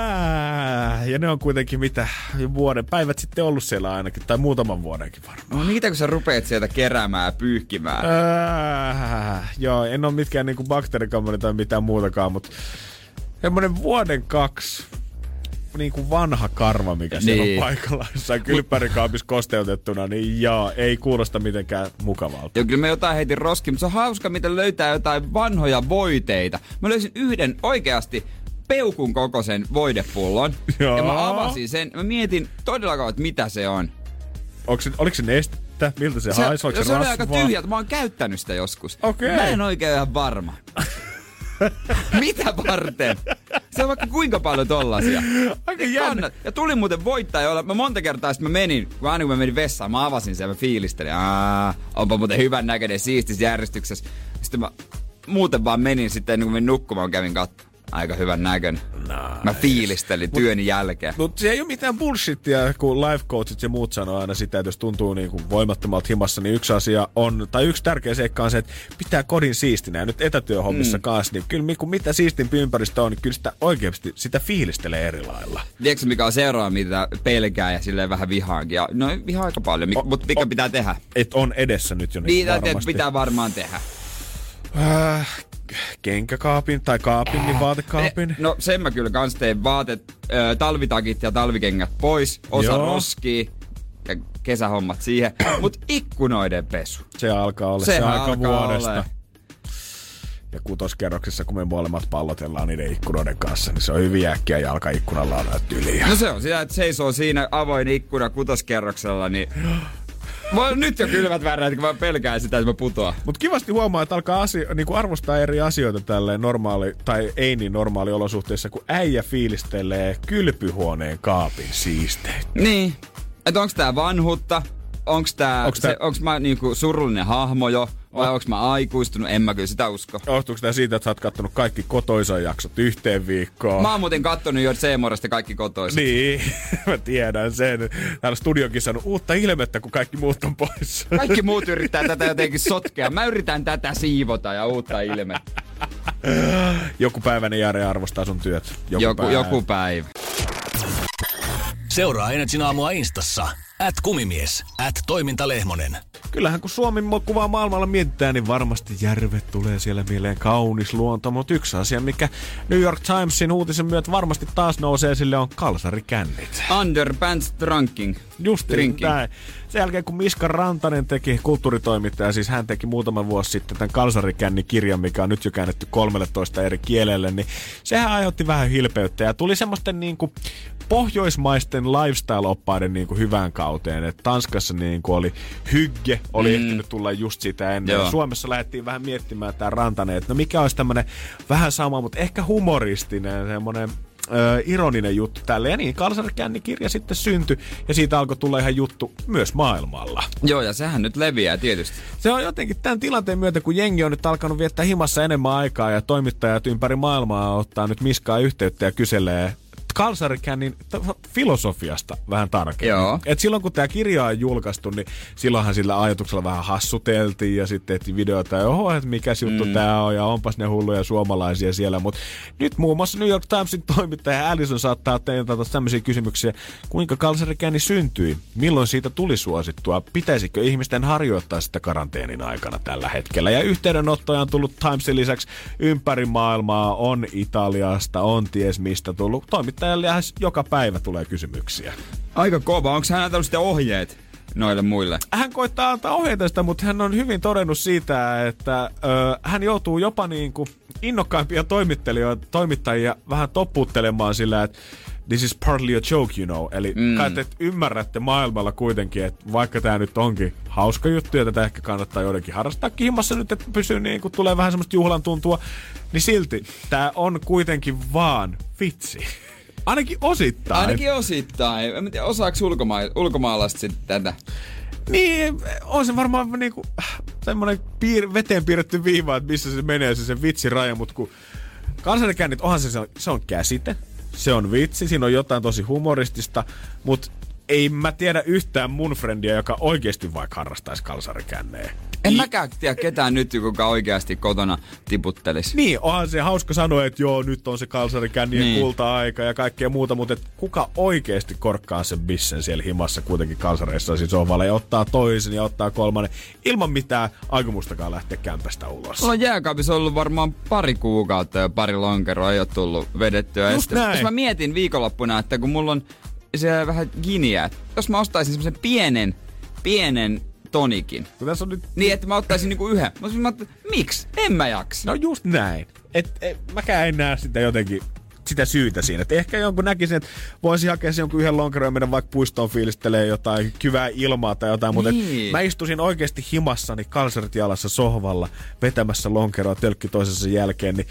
Ää, ja ne on kuitenkin mitä vuoden päivät sitten ollut siellä ainakin, tai muutaman vuodenkin varmaan. No niitä, kun sä rupeat sieltä keräämään ja pyyhkimään. Äh, joo, en ole mitkään niinku bakteerikammari tai mitään muutakaan, mutta semmoinen vuoden kaksi niinku vanha karva, mikä siellä niin. on paikalla, jossain kylppärikaapissa kosteutettuna, niin jaa, ei kuulosta mitenkään mukavalta. Joo, kyllä mä jotain heitin roskiin, mutta se on hauska, miten löytää jotain vanhoja voiteita. Mä löysin yhden oikeasti peukun kokoisen voidepullon. Joo. Ja mä avasin sen. Mä mietin todella kauan, että mitä se on. Se, oliko se nestettä? Miltä se, se haisi? Oliko se, se oli aika tyhjä, mä oon käyttänyt sitä joskus. Okay. Mä en oikein ihan varma. Mitä varten? Se on vaikka kuinka paljon tollasia. Aika jännä. Ja tuli muuten voittaja. Mä monta kertaa sitten mä menin, kun aina kun mä menin vessaan, mä avasin sen ja mä fiilistelin. Aa, onpa muuten hyvän näköinen siistis järjestyksessä. Sitten mä muuten vaan menin sitten ennen kuin menin nukkumaan, kävin katsomaan. Aika hyvän näköinen. Nice. Mä fiilistelin mut, työni jälkeen. Mutta se ei ole mitään bullshittia, kun life coachit ja muut sanoo aina sitä, että jos tuntuu niinku voimattomalta himassa, niin yksi asia on, tai yksi tärkeä seikka on se, että pitää kodin siistinä. Ja nyt etätyöhommissa mm. kanssa, niin kyllä kun mitä siistimpi ympäristö on, niin kyllä sitä oikeasti sitä fiilistelee eri lailla. Tiedätkö mikä on seuraava, mitä pelkää ja silleen vähän vihaankin? Ja, no vihaa aika paljon, o, mutta mikä o, pitää tehdä? Et on edessä nyt jo niin, niin varmasti. Niin, pitää varmaan tehdä. Äh, kenkäkaapin tai kaapin, niin vaatekaapin. No sen mä kyllä kans tein vaatet, ö, talvitakit ja talvikengät pois, osa Joo. roskii ja kesähommat siihen. Mut ikkunoiden pesu. Se alkaa olla Sehän se aika alkaa vuodesta. Ole. Ja kutoskerroksessa, kun me molemmat pallotellaan niiden ikkunoiden kanssa, niin se on hyvin äkkiä jalkaikkunalla on näitä yliä. No se on sitä, että seisoo siinä avoin ikkuna kutoskerroksella, niin... Mä nyt jo kylmät värreät, kun mä pelkään sitä, että mä putoan. Mut kivasti huomaa, että alkaa asio- niinku arvostaa eri asioita tälleen normaali, tai ei niin normaali olosuhteissa, kun äijä fiilistelee kylpyhuoneen kaapin siisteitä. Niin. Että onks tää vanhuutta? Onks tää, onks, tää... Se, onks mä niinku surullinen hahmo jo? Vai onks mä aikuistunut? En mä kyllä sitä usko. Johtuuko tää siitä, että sä oot kattonut kaikki Kotoisan jaksot yhteen viikkoon? Mä oon muuten kattonut jo C-moresta kaikki Kotoisat. Niin, mä tiedän sen. Täällä studionkin saanut uutta ilmettä, kun kaikki muut on pois. Kaikki muut yrittää tätä jotenkin sotkea. Mä yritän tätä siivota ja uutta ilmettä. Joku päivä ne Jare arvostaa sun työt. Joku, joku, päivä. joku päivä. Seuraa Energin aamua Instassa. At kumimies. At toimintalehmonen. Kyllähän kun Suomi kuvaa maailmalla mietitään, niin varmasti järvet tulee siellä mieleen, kaunis luonto. Mutta yksi asia, mikä New York Timesin uutisen myötä varmasti taas nousee sille, on kalsarikännit. Underpants drinking. Just näin. Sen jälkeen kun Miska Rantanen teki, kulttuuritoimittaja, siis hän teki muutama vuosi sitten tämän kalsarikännikirjan, mikä on nyt jo käännetty kolmelletoista eri kielelle, niin sehän aiheutti vähän hilpeyttä ja tuli semmoisten niinku pohjoismaisten lifestyle-oppaiden niinku hyvään kauteen. Et Tanskassa niinku oli hygge, oli mm. ehtinyt tulla just sitä ennen. Joo. Suomessa lähdettiin vähän miettimään tää Rantanen, että no mikä olisi tämmönen vähän sama, mutta ehkä humoristinen, semmonen Öö, ironinen juttu tälle. Ja niin, kalsarikännikirja sitten syntyi ja siitä alkoi tulla ihan juttu myös maailmalla. Joo, ja sehän nyt leviää tietysti. Se on jotenkin tämän tilanteen myötä, kun jengi on nyt alkanut viettää himassa enemmän aikaa ja toimittajat ympäri maailmaa ottaa nyt Miskaa yhteyttä ja kyselee kalsarikännin filosofiasta vähän tarkemmin. Joo. Et silloin kun tämä kirja on julkaistu, niin silloinhan sillä ajatuksella vähän hassuteltiin ja sitten tehtiin videoita ja oho, että mikä juttu mm. tää on ja onpas ne hulluja suomalaisia siellä. Mutta nyt muun muassa New York Timesin toimittaja Allison saattaa tehdä tämmöisiä kysymyksiä, kuinka kalsarikänni syntyi, milloin siitä tuli suosittua, pitäisikö ihmisten harjoittaa sitä karanteenin aikana tällä hetkellä. Ja yhteydenottoja on tullut Timesin lisäksi ympäri maailmaa, on Italiasta, on ties mistä tullut. Toimittaja lähes joka päivä tulee kysymyksiä. Aika kova. Onko hän antanut sitten ohjeet noille muille? Hän koittaa antaa ohjeita sitä, mutta hän on hyvin todennut siitä, että ö, hän joutuu jopa niin kuin innokkaimpia toimittajia vähän toppuuttelemaan sillä, että this is partly a joke, you know. Eli mm. kai te ymmärrätte maailmalla kuitenkin, että vaikka tämä nyt onkin hauska juttu ja tätä ehkä kannattaa jotenkin harrastaa himmassa nyt, että pysyy niin kuin tulee vähän semmoista juhlan tuntua, niin silti tämä on kuitenkin vaan vitsi. Ainakin osittain. Ainakin osittain. En tiedä, osaako ulkoma- ulkomaalaiset sitten tätä? Niin, on se varmaan niinku semmoinen piir- veteen piirretty viiva, että missä se menee se, se vitsiraja, mutta kun kalsarikännit, onhan se, se on käsite, se on vitsi, siinä on jotain tosi humoristista, mutta ei mä tiedä yhtään mun frendiä, joka oikeesti vaikka harrastaisi kalsarikännejä. En mäkään tiedä ketään nyt, kuka oikeasti kotona tiputtelisi. Niin, onhan se hauska sanoa, että joo, nyt on se kalsarikännien niin. kulta-aika ja kaikkea muuta, mutta et kuka oikeesti korkkaa sen bissen siellä himassa kuitenkin kalsareissa siis sohvalla ja ottaa toisen ja ottaa kolmannen ilman mitään aikomustakaan lähteä kämpästä ulos. Mulla on jääkaapissa ollut varmaan pari kuukautta ja pari lonkeroa ei ole tullut vedettyä. Just näin. Jos mä mietin viikonloppuna, että kun mulla on se vähän giniä, että jos mä ostaisin semmosen pienen, pienen tonikin. Tässä on nyt... Niin, että mä ottaisin niinku yhden. Mä olisin, että miksi? En mä jaksa. No just näin. Et, et, mäkään en näe sitä jotenkin, sitä syytä siinä. Et ehkä jonkun näkisin, että voisi hakea sen jonkun yhden lonkeron ja mennä vaikka puistoon fiilistelee jotain kyvää ilmaa tai jotain. Niin. Mutta mä istuisin oikeasti himassani kalsarit jalassa sohvalla vetämässä lonkeroa tölkki toisensa jälkeen, niin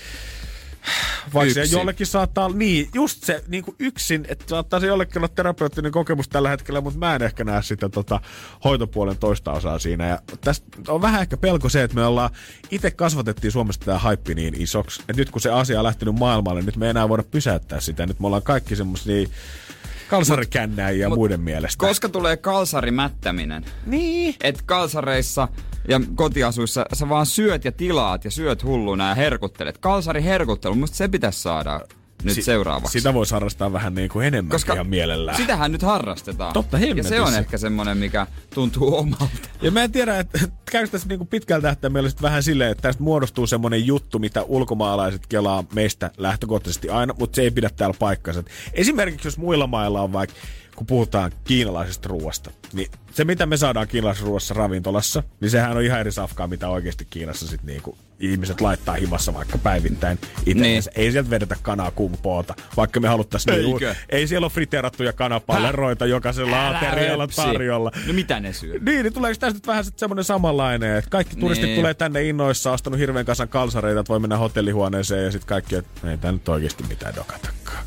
vaikka se jollekin saattaa olla, niin just se niin kuin yksin, että saattaa se jollekin olla terapeuttinen kokemus tällä hetkellä, mutta mä en ehkä näe sitä tota, hoitopuolen toista osaa siinä. Ja tästä on vähän ehkä pelko se, että me ollaan, itse kasvatettiin Suomesta tämä haippi niin isoksi, että nyt kun se asia on lähtenyt maailmalle, nyt me ei enää voida pysäyttää sitä. Nyt me ollaan kaikki semmosia kalsarikännäjiä ja muiden mielestä. Koska tulee kalsarimättäminen. Niin. Et kalsareissa ja kotiasuissa sä vaan syöt ja tilaat ja syöt hulluna ja herkuttelet. Kalsari herkuttelu, musta se pitäisi saada nyt si- seuraavaksi. Sitä voisi harrastaa vähän niin kuin enemmän koska ihan mielellään. Sitähän nyt harrastetaan. Totta hemmetissä. Ja se on ehkä semmonen, mikä tuntuu omalta. Ja mä en tiedä, että käykö tässä niin kuin pitkällä tähtäimellä vähän silleen, että tästä muodostuu semmonen juttu, mitä ulkomaalaiset kelaa meistä lähtökohtaisesti aina, mutta se ei pidä täällä paikkansa. Esimerkiksi jos muilla mailla on vaikka, kun puhutaan kiinalaisesta ruoasta, niin se mitä me saadaan kiinalaisessa ruoassa ravintolassa, niin sehän on ihan eri safkaa, mitä oikeasti Kiinassa sit niinku ihmiset laittaa himassa vaikka päivittäin itselleensä. Niin. Ei sieltä vedetä kanaa kumpoota, vaikka me haluttaisiin niinku, ei siellä ole friteerattuja kanapalleroita jokaisella aterialla tarjolla. No mitä ne syö? Niin, niin tuleeko tästä nyt vähän semmoinen samanlainen, että kaikki turistit niin. tulee tänne innoissa, ostanut hirveän kasan kalsareita, että voi mennä hotellihuoneeseen ja sitten kaikki, että ei tää nyt oikeasti mitään dokatakaan.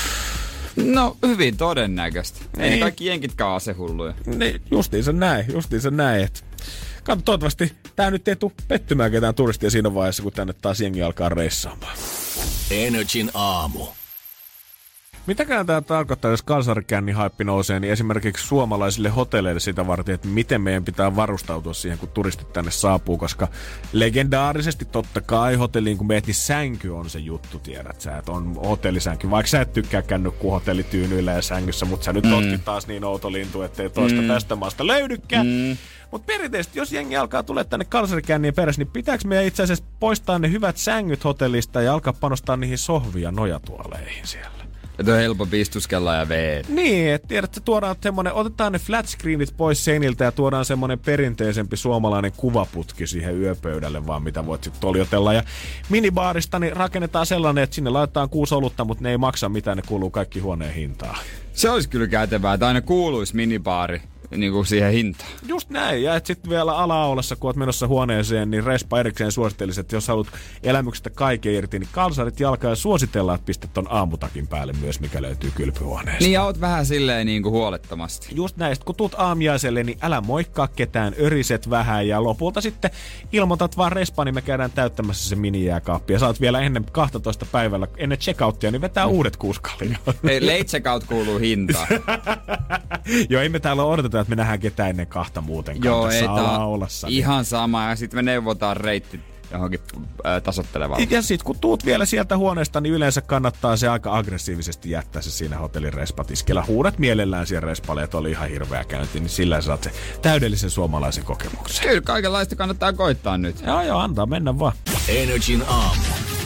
No, hyvin todennäköistä. Niin. Ei ne kaikki jenkitkään asehulluja. Niin, justiinsa näin, justiinsa näin. Et, kato, toivottavasti tää nyt ei tule pettymään ketään turistia siinä vaiheessa, kun tänne taas jengi alkaa reissaamaan. Energin aamu. Mitäkään tämä tarkoittaa, jos kalsarikänni haippi nousee, niin esimerkiksi suomalaisille hotelleille sitä varten, että miten meidän pitää varustautua siihen, kun turistit tänne saapuu, koska legendaarisesti totta kai hotelliin, kun meet, niin sänky on se juttu, tiedät sä, että on hotellisänky. Vaikka sä et tykkää kännykkuun hotellityynyillä ja sängyssä, mutta sä nyt mm. ootkin taas niin outo lintu, ettei toista mm. tästä maasta löydykään. Mm. Mutta perinteisesti, jos jengi alkaa tulla tänne kalsarikännien perässä, niin pitääkö meidän itse asiassa poistaa ne hyvät sängyt hotellista ja alkaa panostaa niihin sohvia nojatuoleihin siellä? Että on helpompi istuskella ja vee. Niin, että tiedät, että tuodaan semmonen, otetaan ne flat screenit pois seiniltä ja tuodaan semmonen perinteisempi suomalainen kuvaputki siihen yöpöydälle vaan, mitä voit sitten toljotella. Ja minibaarista niin rakennetaan sellainen, että sinne laitetaan kuusi olutta, mutta ne ei maksa mitään, ne kuuluu kaikki huoneen hintaan. Se olisi kyllä kätevää, että aina kuuluisi minibaari niin kuin siihen hintaan. Just näin, ja sitten vielä ala-aulassa, kun oot menossa huoneeseen, niin Respa erikseen suosittelisi, että jos haluat elämyksestä kaiken irti, niin kalsarit jalkaa ja suositellaan, että pistät ton aamutakin päälle myös, mikä löytyy kylpyhuoneesta. Niin, ja oot vähän silleen niin kuin huolettomasti. Just näin, kun tuut aamiaiselle, niin älä moikkaa ketään, öriset vähän, ja lopulta sitten ilmoitat vaan Respaan, niin me käydään täyttämässä se minijääkaappi, ja saat vielä ennen kaksitoista päivällä, ennen checkouttia, niin vetää mm. uudet kuusi kaljaa. Ei, late checkout kuuluu hintaan. Joo, ei me täällä odoteta, että me nähdään ketään ennen kahta muutenkaan. Joo, tässä ei ala-aulassa. Ihan sama, ja sitten me neuvotaan reitti johonkin äh, tasoittelevaan. Ja sit kun tuut vielä sieltä huoneesta, niin yleensä kannattaa se aika aggressiivisesti jättää se siinä hotellin respatiskella. Huudat mielellään siihen respalle, että oli ihan hirveä käynti, niin sillä saat se täydellisen suomalaisen kokemuksen. Kyllä, kaikenlaista kannattaa koittaa nyt. Joo, joo, antaa mennä vaan. Energin aamu.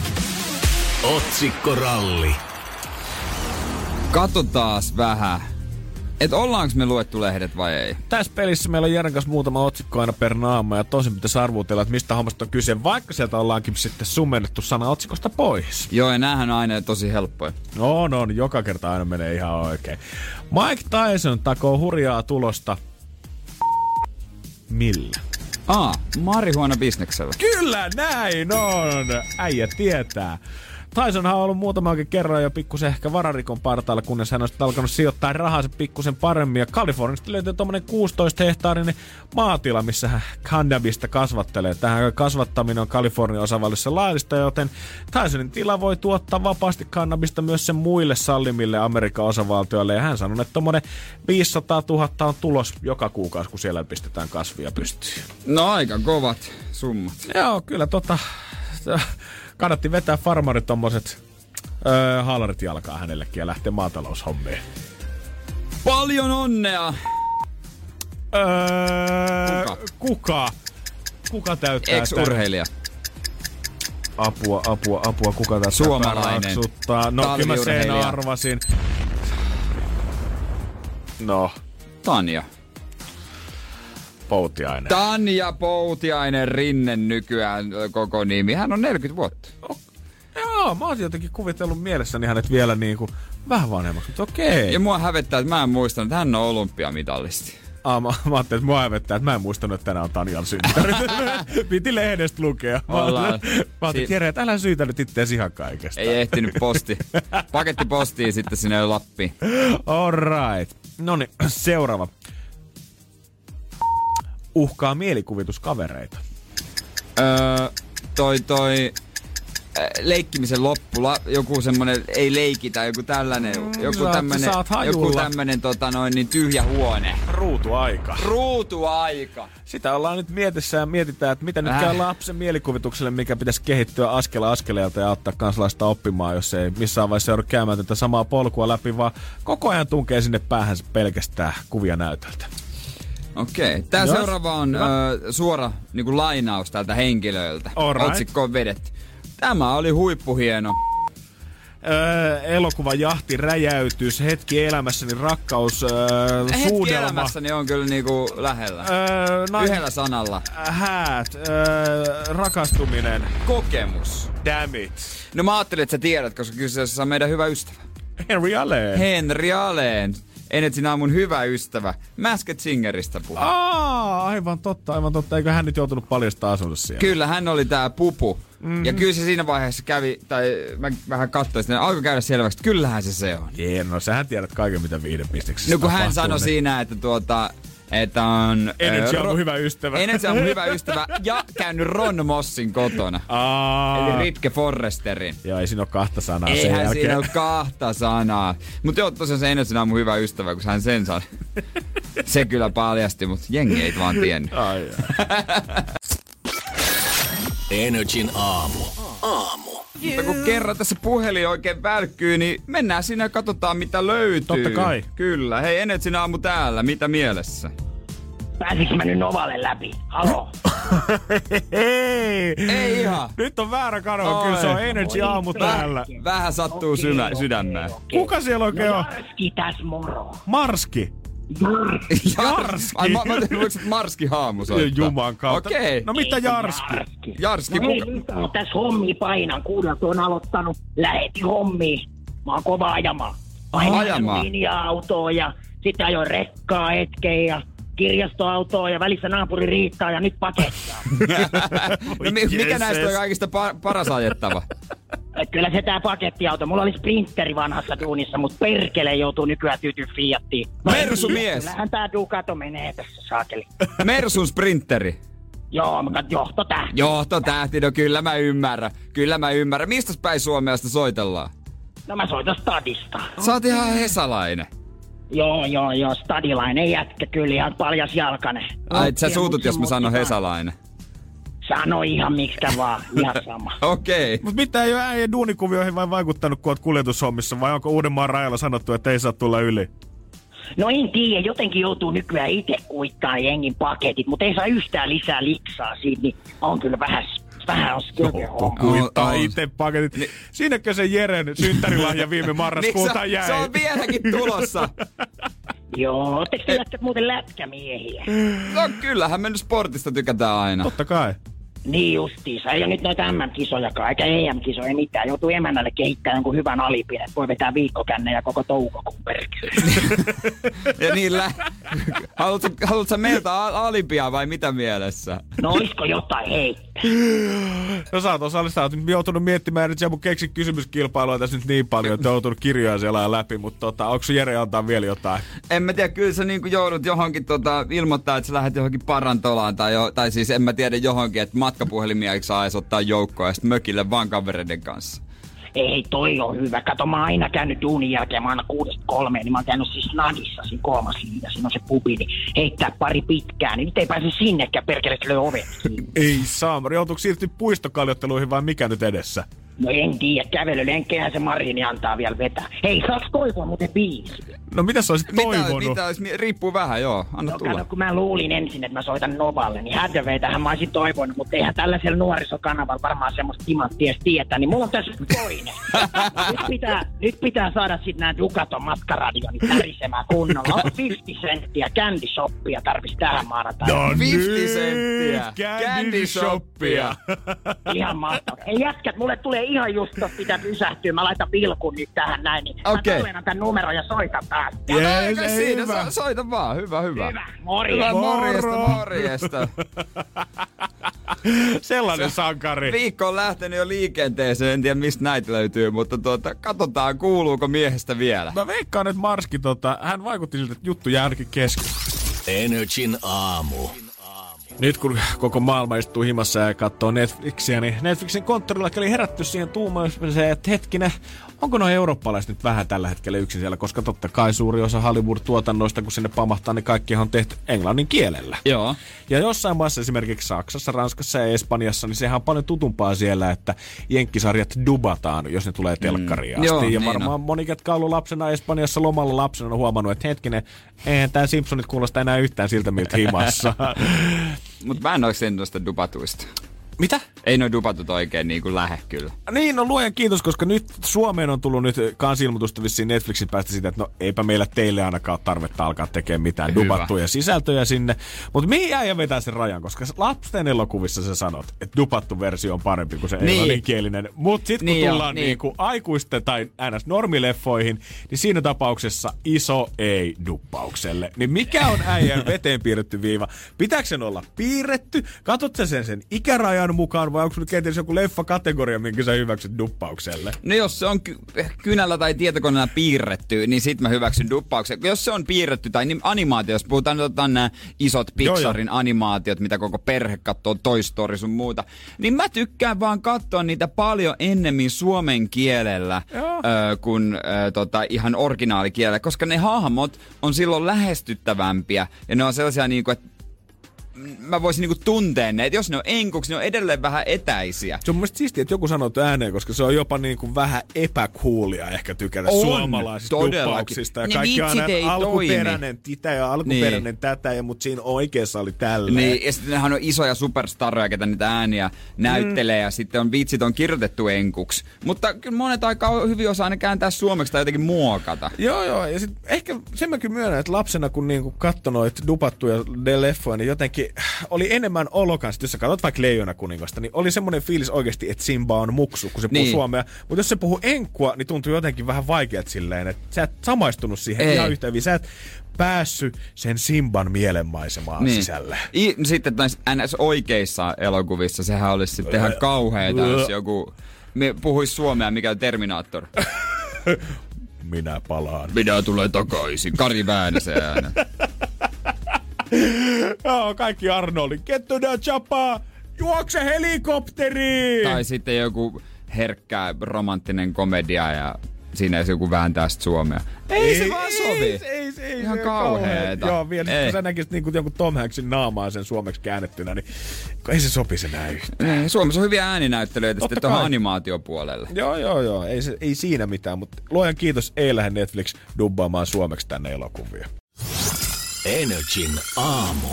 Otsikkoralli. Katsotaas vähän. Että ollaanko me luettu lehdet vai ei? Tässä pelissä meillä on Jeren kanssa muutama otsikko aina per naama ja tosin pitäisi arvuutella, että mistä hommasta on kyse, vaikka sieltä ollaankin sitten summennettu sana otsikosta pois. Joo, ja näähän on aina tosi helppoja. No, no, joka kerta aina menee ihan oikein. Mike Tyson takoo hurjaa tulosta. Millä? Aa, marihuana bisneksellä. Kyllä näin on! Äijä tietää. Tysonhan on ollut muutamaankin kerran jo pikkusen ehkä vararikon partaalla, kunnes hän on alkanut sijoittaa rahansa pikkusen paremmin. Ja Kaliforniasta löytyy tommonen kuusitoista hehtaarinen maatila, missä hän kannabista kasvattelee. Tähän kasvattaminen on Kalifornian osavallissa laillista, joten Tysonin tila voi tuottaa vapaasti kannabista myös sen muille sallimille Amerikan osavaltioille. Ja hän sanoi, että tommonen viisisataatuhatta on tulos joka kuukausi, kun siellä pistetään kasvia pystyyn. No aika kovat summat. Joo, kyllä tota... Kannatti vetää farmarit tommoset öö, haalarit jalkaa hänellekin ja lähteä maataloushommiin. Paljon onnea! Öö, kuka? Kuka? Kuka täyttää? Ex-urheilija. Apua, apua, apua. Kuka täyttää? Suomalainen. No kyllä mä sen arvasin. No. Tanja. Poutiainen. Tanja Poutiainen Rinne nykyään koko nimi. Hän on neljäkymmentä vuotta. Oh, joo, mä oon jotenkin kuvitellut mielessäni hänet vielä niinku vähän vanhemmaksi, mutta okei. Ja mua hävettää, että mä en muistanut, että hän on olympiamitalisti. Ah, mä, mä ajattelin, että mua hävettää, että mä en muistanut, että tänään on Tanjan synttärit. Piti lehdestä lukea. Mä ajattelin, Jere, että älä syytä nyt ittees ihan kaikesta. Ei ehtinyt posti. Paketti postiin sitten sinne Lappiin. All right. Noniin, seuraava. Uhkaa mielikuvituskavereita. Öö, toi toi äh, leikkimisen loppu, la, joku semmonen, ei leikitä, joku tällainen, mm, joku tämmönen, joku tämmönen tota noin niin tyhjä huone. Ruutuaika. Ruutuaika. Sitä ollaan nyt mietissä ja mietitään, että mitä nyt käy lapsen mielikuvitukselle, mikä pitäisi kehittyä askela askeleelta ja ottaa kansalaista oppimaan, jos ei missään vaiheessa joudu käymään tätä samaa polkua läpi, vaan koko ajan tunkee sinne päähänsä pelkästään kuvia näytöltä. Okei. Tää Jos. seuraava on ö, suora niinku lainaus tältä henkilöltä. Right. Otsikko on vedetty. Tämä oli huippuhieno. Öö, elokuva Jahti räjäytys, hetki elämässäni rakkaus, öö, hetki suudelma. elämässäni on kyllä niinku lähellä. Öö, na- Yhdellä sanalla. Häät, öö, rakastuminen. Kokemus. Damn it. No mä ajattelin, että sä tiedät, koska kyseessä on meidän hyvä ystävä. Henry Allen. Henry Allen. Enet sinä on mun hyvä ystävä. Masked Singeristä puhuu. Aa, aivan totta, aivan totta. Eikö hän nyt joutunut paljastaa asunsa siellä? Kyllä, hän oli tää pupu. Mm-hmm. Ja kyllä se siinä vaiheessa kävi, tai mä vähän katsoin sitä, alkoi käydä selväksi, että kyllähän se se on. Jee, no sähän tiedät kaiken, mitä viihdepisteksessä No kun hän sanoi niin siinä, että tuota... Että on... Energy on mun hyvä ystävä. Energy on mun hyvä ystävä ja käynyt Ron Mossin kotona. Aa. Eli Ritke Forresterin. Joo, ei siinä ole kahta sanaa Eihän sen jälkeen. siinä ole kahta sanaa. Mutta joo, tosiaan se Energy on mun hyvä ystävä, kun hän sen sanoi. Se kyllä paljasti, mutta jengi ei vaan tiennyt. Ai Energin aamu. Aamu. Mutta kun kerran tässä puhelin oikein välkkyy, niin mennään sinne ja katsotaan mitä löytyy. Totta kai. Kyllä. Hei, Energin aamu täällä. Mitä mielessä? Pääsinkö mä nyt Novalle läpi? Halo? Hei! Ei ihan. Nyt on väärä kanava. Kyllä se on Energy aamu täällä. Vähän sattuu okay, symä, okay, sydämään. Okay. Kuka siellä oikein no, on? Marski täs moro. Marski? Jarski. Jarski. Ai, mä ajattelin, voiko Marski haamu soittaa? Juman kautta. Okei. Okay. No mitä Jarski? Jarski. Jarski. No ei nyt on tässä hommia painan. Kuudelta on aloittanut. Läheti hommiin. Mä oon kova ajamaan. Ajamaan? Linja-autoa ja sitten ajoin rekkaa hetken ja kirjastoautoa ja välissä naapuri riittää ja nyt pakettaa. No mikä näistä on kaikista pa- paras ajettava? Kyllä se tää pakettiauto. Mulla oli Sprinteri vanhassa duunissa, mutta perkele joutuu nykyään tyytyy Fiattiin. Mersu mies! Kyllähän tää Ducato menee tässä saakeli. Mersun Sprinteri. Joo, mä kat johtotähti. Johtotähti, no kyllä mä ymmärrän. Kyllä mä ymmärrän. Mistä päin Suomea sitä soitellaan? No mä soitan Stadista. Sä oot ihan hesalainen. Joo, joo, joo. Stadilainen jätkä kyllä ihan paljas jalkainen. Ai, et sä suutut, jos mä sanon hesalainen. Sano ihan miksikä vaan, ihan sama. Okei. Okay. Mut mitä ei ole äijän duunikuvioihin vai vaikuttanut, kun oot kuljetushommissa, vai onko Uudenmaan rajalla sanottu, että ei saa tulla yli? No en tiedä, jotenkin joutuu nykyään itse kuittaan jengin paketit, mutta ei saa yhtään lisää liksaa siitä, niin on kyllä vähän, vähän on skilkeä homma. Kuittaa itse paketit. Ni- Siinäkö se Jeren synttärilahja viime marraskuuta niin jäi? Se on vieläkin tulossa. Joo, ootteko te lätkät muuten lätkämiehiä? No kyllähän me nyt sportista tykätään aina. Totta kai. Niin justiinsa. Ei ole nyt noita M M-kisojakaan, eikä E M-kisoja, ei mitään. Joutuu emännälle kehittämään jonkun hyvän alipin, että voi vetää viikkokännejä koko toukokuun perkele. Ja niin lä- Haluatko, haluatko meiltä alimpia vai mitä mielessä? No olisiko jotain, hei? No sä oot osallista, oot nyt joutunut miettimään, että sä mun keksin kysymyskilpailua tässä nyt niin paljon, että oot joutunut kirjoja selaa läpi, mutta tota, onko sun Jere antaa vielä jotain? En mä tiedä, kyllä sä niinku joudut johonkin tota, ilmoittaa, että sä lähdet johonkin parantolaan tai, jo, tai siis en mä tiedä johonkin, että matkapuhelimia eikö saa edes ottaa joukkoa ja sitten mökille vaan kavereiden kanssa. Ei, toi on hyvä. Kato, mä oon aina käynyt duunin jälkeen, mä aina kuudesta kolmeen, niin mä oon käynyt siis Nadissa siinä kolmas liiga, siinä on se pubi, niin heittää pari pitkään, niin nyt ei pääse sinnekään, perkele löy ovet. Ei saa, joutuuko siirtyä puistokaljoitteluihin vai mikä nyt edessä? No en tiedä, kävelylenkkejähän se Marini antaa vielä vetää. Hei, saaks toivoa muuten biisi? No mitä sä olisit toivonut? Mitä, mitä olisi, riippuu vähän, joo, anna no, tulla. Kato, kun mä luulin ensin, että mä soitan Novalle, niin hädöveitähän mä olisin toivonut, mutta eihän tällaisella nuorisokanavalla varmaan semmoista timanttia edes tietää, niin mulla on tässä toinen. nyt, pitää, nyt pitää saada sit nää Ducaton matkaradionit tärisemään kunnolla. On viisikymmentä senttiä Candy Shoppia tarvis tähän maanantaina. No viisikymmentä senttiä Candy Shoppia. Ihan mahtavaa. Ei jätkät, mulle tulee ihan just tossa pitää pysähtyä. Mä laitan pilkun nyt tähän näin, niin okay. Mä tallennan tän numeron ja soitan taas. Yes, no, siinä, hyvä. So, soita vaan, hyvä, hyvä. Hyvä, morjesta. Hyvä, morjesta, morjesta. Sellainen sankari. Viikko on lähtenyt jo liikenteeseen, en tiedä mistä näitä löytyy, mutta tuota, katsotaan kuuluuko miehestä vielä. Mä veikkaan, että Marski, tota, hän vaikutti siltä, että juttu jää ainakin kesken. Energin aamu. Nyt kun koko maailma istuu himassa ja katsoo Netflixiä, niin Netflixin konttorilla oli herätty siihen tuumaiseen, että hetkinen, onko nuo eurooppalaiset nyt vähän tällä hetkellä yksin siellä, koska totta kai suuri osa Hollywood-tuotannoista, kun sinne pamahtaa, niin kaikkihan on tehty englannin kielellä. Joo. Ja jossain maassa, esimerkiksi Saksassa, Ranskassa ja Espanjassa, niin sehän on paljon tutumpaa siellä, että jenkkisarjat dubataan, jos ne tulee telkkariin asti. Joo, ja niin varmaan on. moni, ketkä on ollut lapsena Espanjassa lomalla lapsena, on huomannut, että hetkinen, eihän tää Simpsonit kuulosta enää yhtään siltä, miltä himassa. Mutta mä en ole sen tuosta dubatuista. Mitä? Ei noi dupatut oikein niin kuin lähe kyllä. Niin, no luojan kiitos, koska nyt Suomeen on tullut nyt kansi-ilmoitusta vissiin Netflixin päästä siitä, että no eipä meillä teille ainakaan ole tarvetta alkaa tekemään mitään Hyvä. dupattuja sisältöjä sinne. Mutta mihin jää ja vetää sen rajan, koska lasten elokuvissa sä sanot, että dupattu versio on parempi kuin se niin. englanninkielinen. Mutta sitten kun niin tullaan niin. niinku aikuisten tai ns. Normileffoihin, niin siinä tapauksessa iso ei duppaukselle. Niin mikä on äijän veteen piirretty viiva? Pitääkö sen olla piirretty? Katot sä sen sen ikärajan mukaan vai onko nyt kenties joku leffakategoria, minkä sä hyväksyt duppaukselle? No jos se on ky- kynällä tai tietokoneella piirretty, niin sit mä hyväksyn duppauksen. Jos se on piirretty tai animaatio, jos puhutaan nyt nämä isot Pixarin joo, animaatiot, mitä koko perhe katsoo, Toy Story sun muuta, niin mä tykkään vaan katsoa niitä paljon ennemmin suomen kielellä ö, kuin ö, tota, ihan originaalikielellä, koska ne hahmot on silloin lähestyttävämpiä ja ne on sellaisia niinku, että mä voisin niinku tuntea ne, että jos ne on enkuksi, ne on edelleen vähän etäisiä. Se on mun mielestä siistiä, että joku sanoo ääneen, koska se on jopa niinku vähän epäkuulia ehkä tykätä on, suomalaisista duppauksista. Ja ne kaikki on ei alkuperäinen toimi. Titä ja alkuperäinen niin. Tätä, ja mut siinä oikeassa oli tälleen. Niin, ja sitten nehän on isoja superstaroja, ketä niitä ääniä näyttelee, mm. ja sitten on vitsit on kirjoitettu enkuksi. Mutta kyllä monet aika hyvin osaa ne kääntää suomeksi tai jotenkin muokata. Joo, joo, ja sitten ehkä sen mäkin myönnän, että lapsena kun niinku katsoi noita dupattuja leffoja, niin jotenkin oli enemmän olokan, jos sä katsot vaikka Leijona kuningasta, niin oli semmoinen fiilis oikeasti, että Simba on muksu, kun se puhuu niin. suomea. Mutta jos se puhuu enkkua, niin tuntui jotenkin vähän vaikeat silleen, että sä et samaistunut siihen Ei. ihan yhtä hyvin. Sä et päässyt sen Simban mielenmaisemaan niin. sisälle. I, sitten näissä N S-oikeissa elokuvissa, sehän olisi sitten ihan kauheeta, jos joku puhuisi suomea, mikä on Terminaattor. Minä palaan. Minä tulen takaisin. Kari Väänäsen äänen. Joo, kaikki Arnoldin. Kettoda chapa! Juokse helikopteriin! Tai sitten joku herkkä romanttinen komedia ja siinä ei joku vääntää sitä suomea. Ei, ei se vaan sovi. Ei, ei, ei, ihan se kauheeta. Joo, vielä kun sä näkisit niinku jonkun Tom Hanksin naamaa sen suomeksi käännettynä, niin ei se sopisi enää yhtään. Ei, Suomessa on hyviä ääninäyttelyitä sitten tuohon animaatiopuolelle. Joo, joo, joo. Ei, se, ei siinä mitään, mutta luojan kiitos, ei lähde Netflix dubbaamaan suomeksi tänne elokuvia. Energin aamu.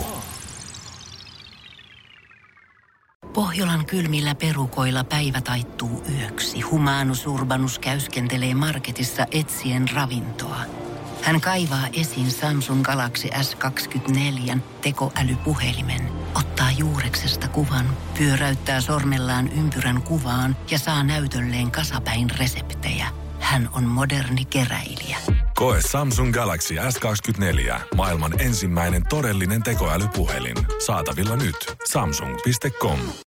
Pohjolan kylmillä perukoilla päivä taittuu yöksi. Humanus Urbanus käyskentelee marketissa etsien ravintoa. Hän kaivaa esiin Samsung Galaxy S kaksikymmentäneljä tekoälypuhelimen, ottaa juureksesta kuvan, pyöräyttää sormellaan ympyrän kuvaan ja saa näytölleen kasapäin reseptejä. Hän on moderni keräilijä. Koe Samsung Galaxy S kaksikymmentäneljä, maailman ensimmäinen todellinen tekoälypuhelin. Saatavilla nyt. Samsung piste com.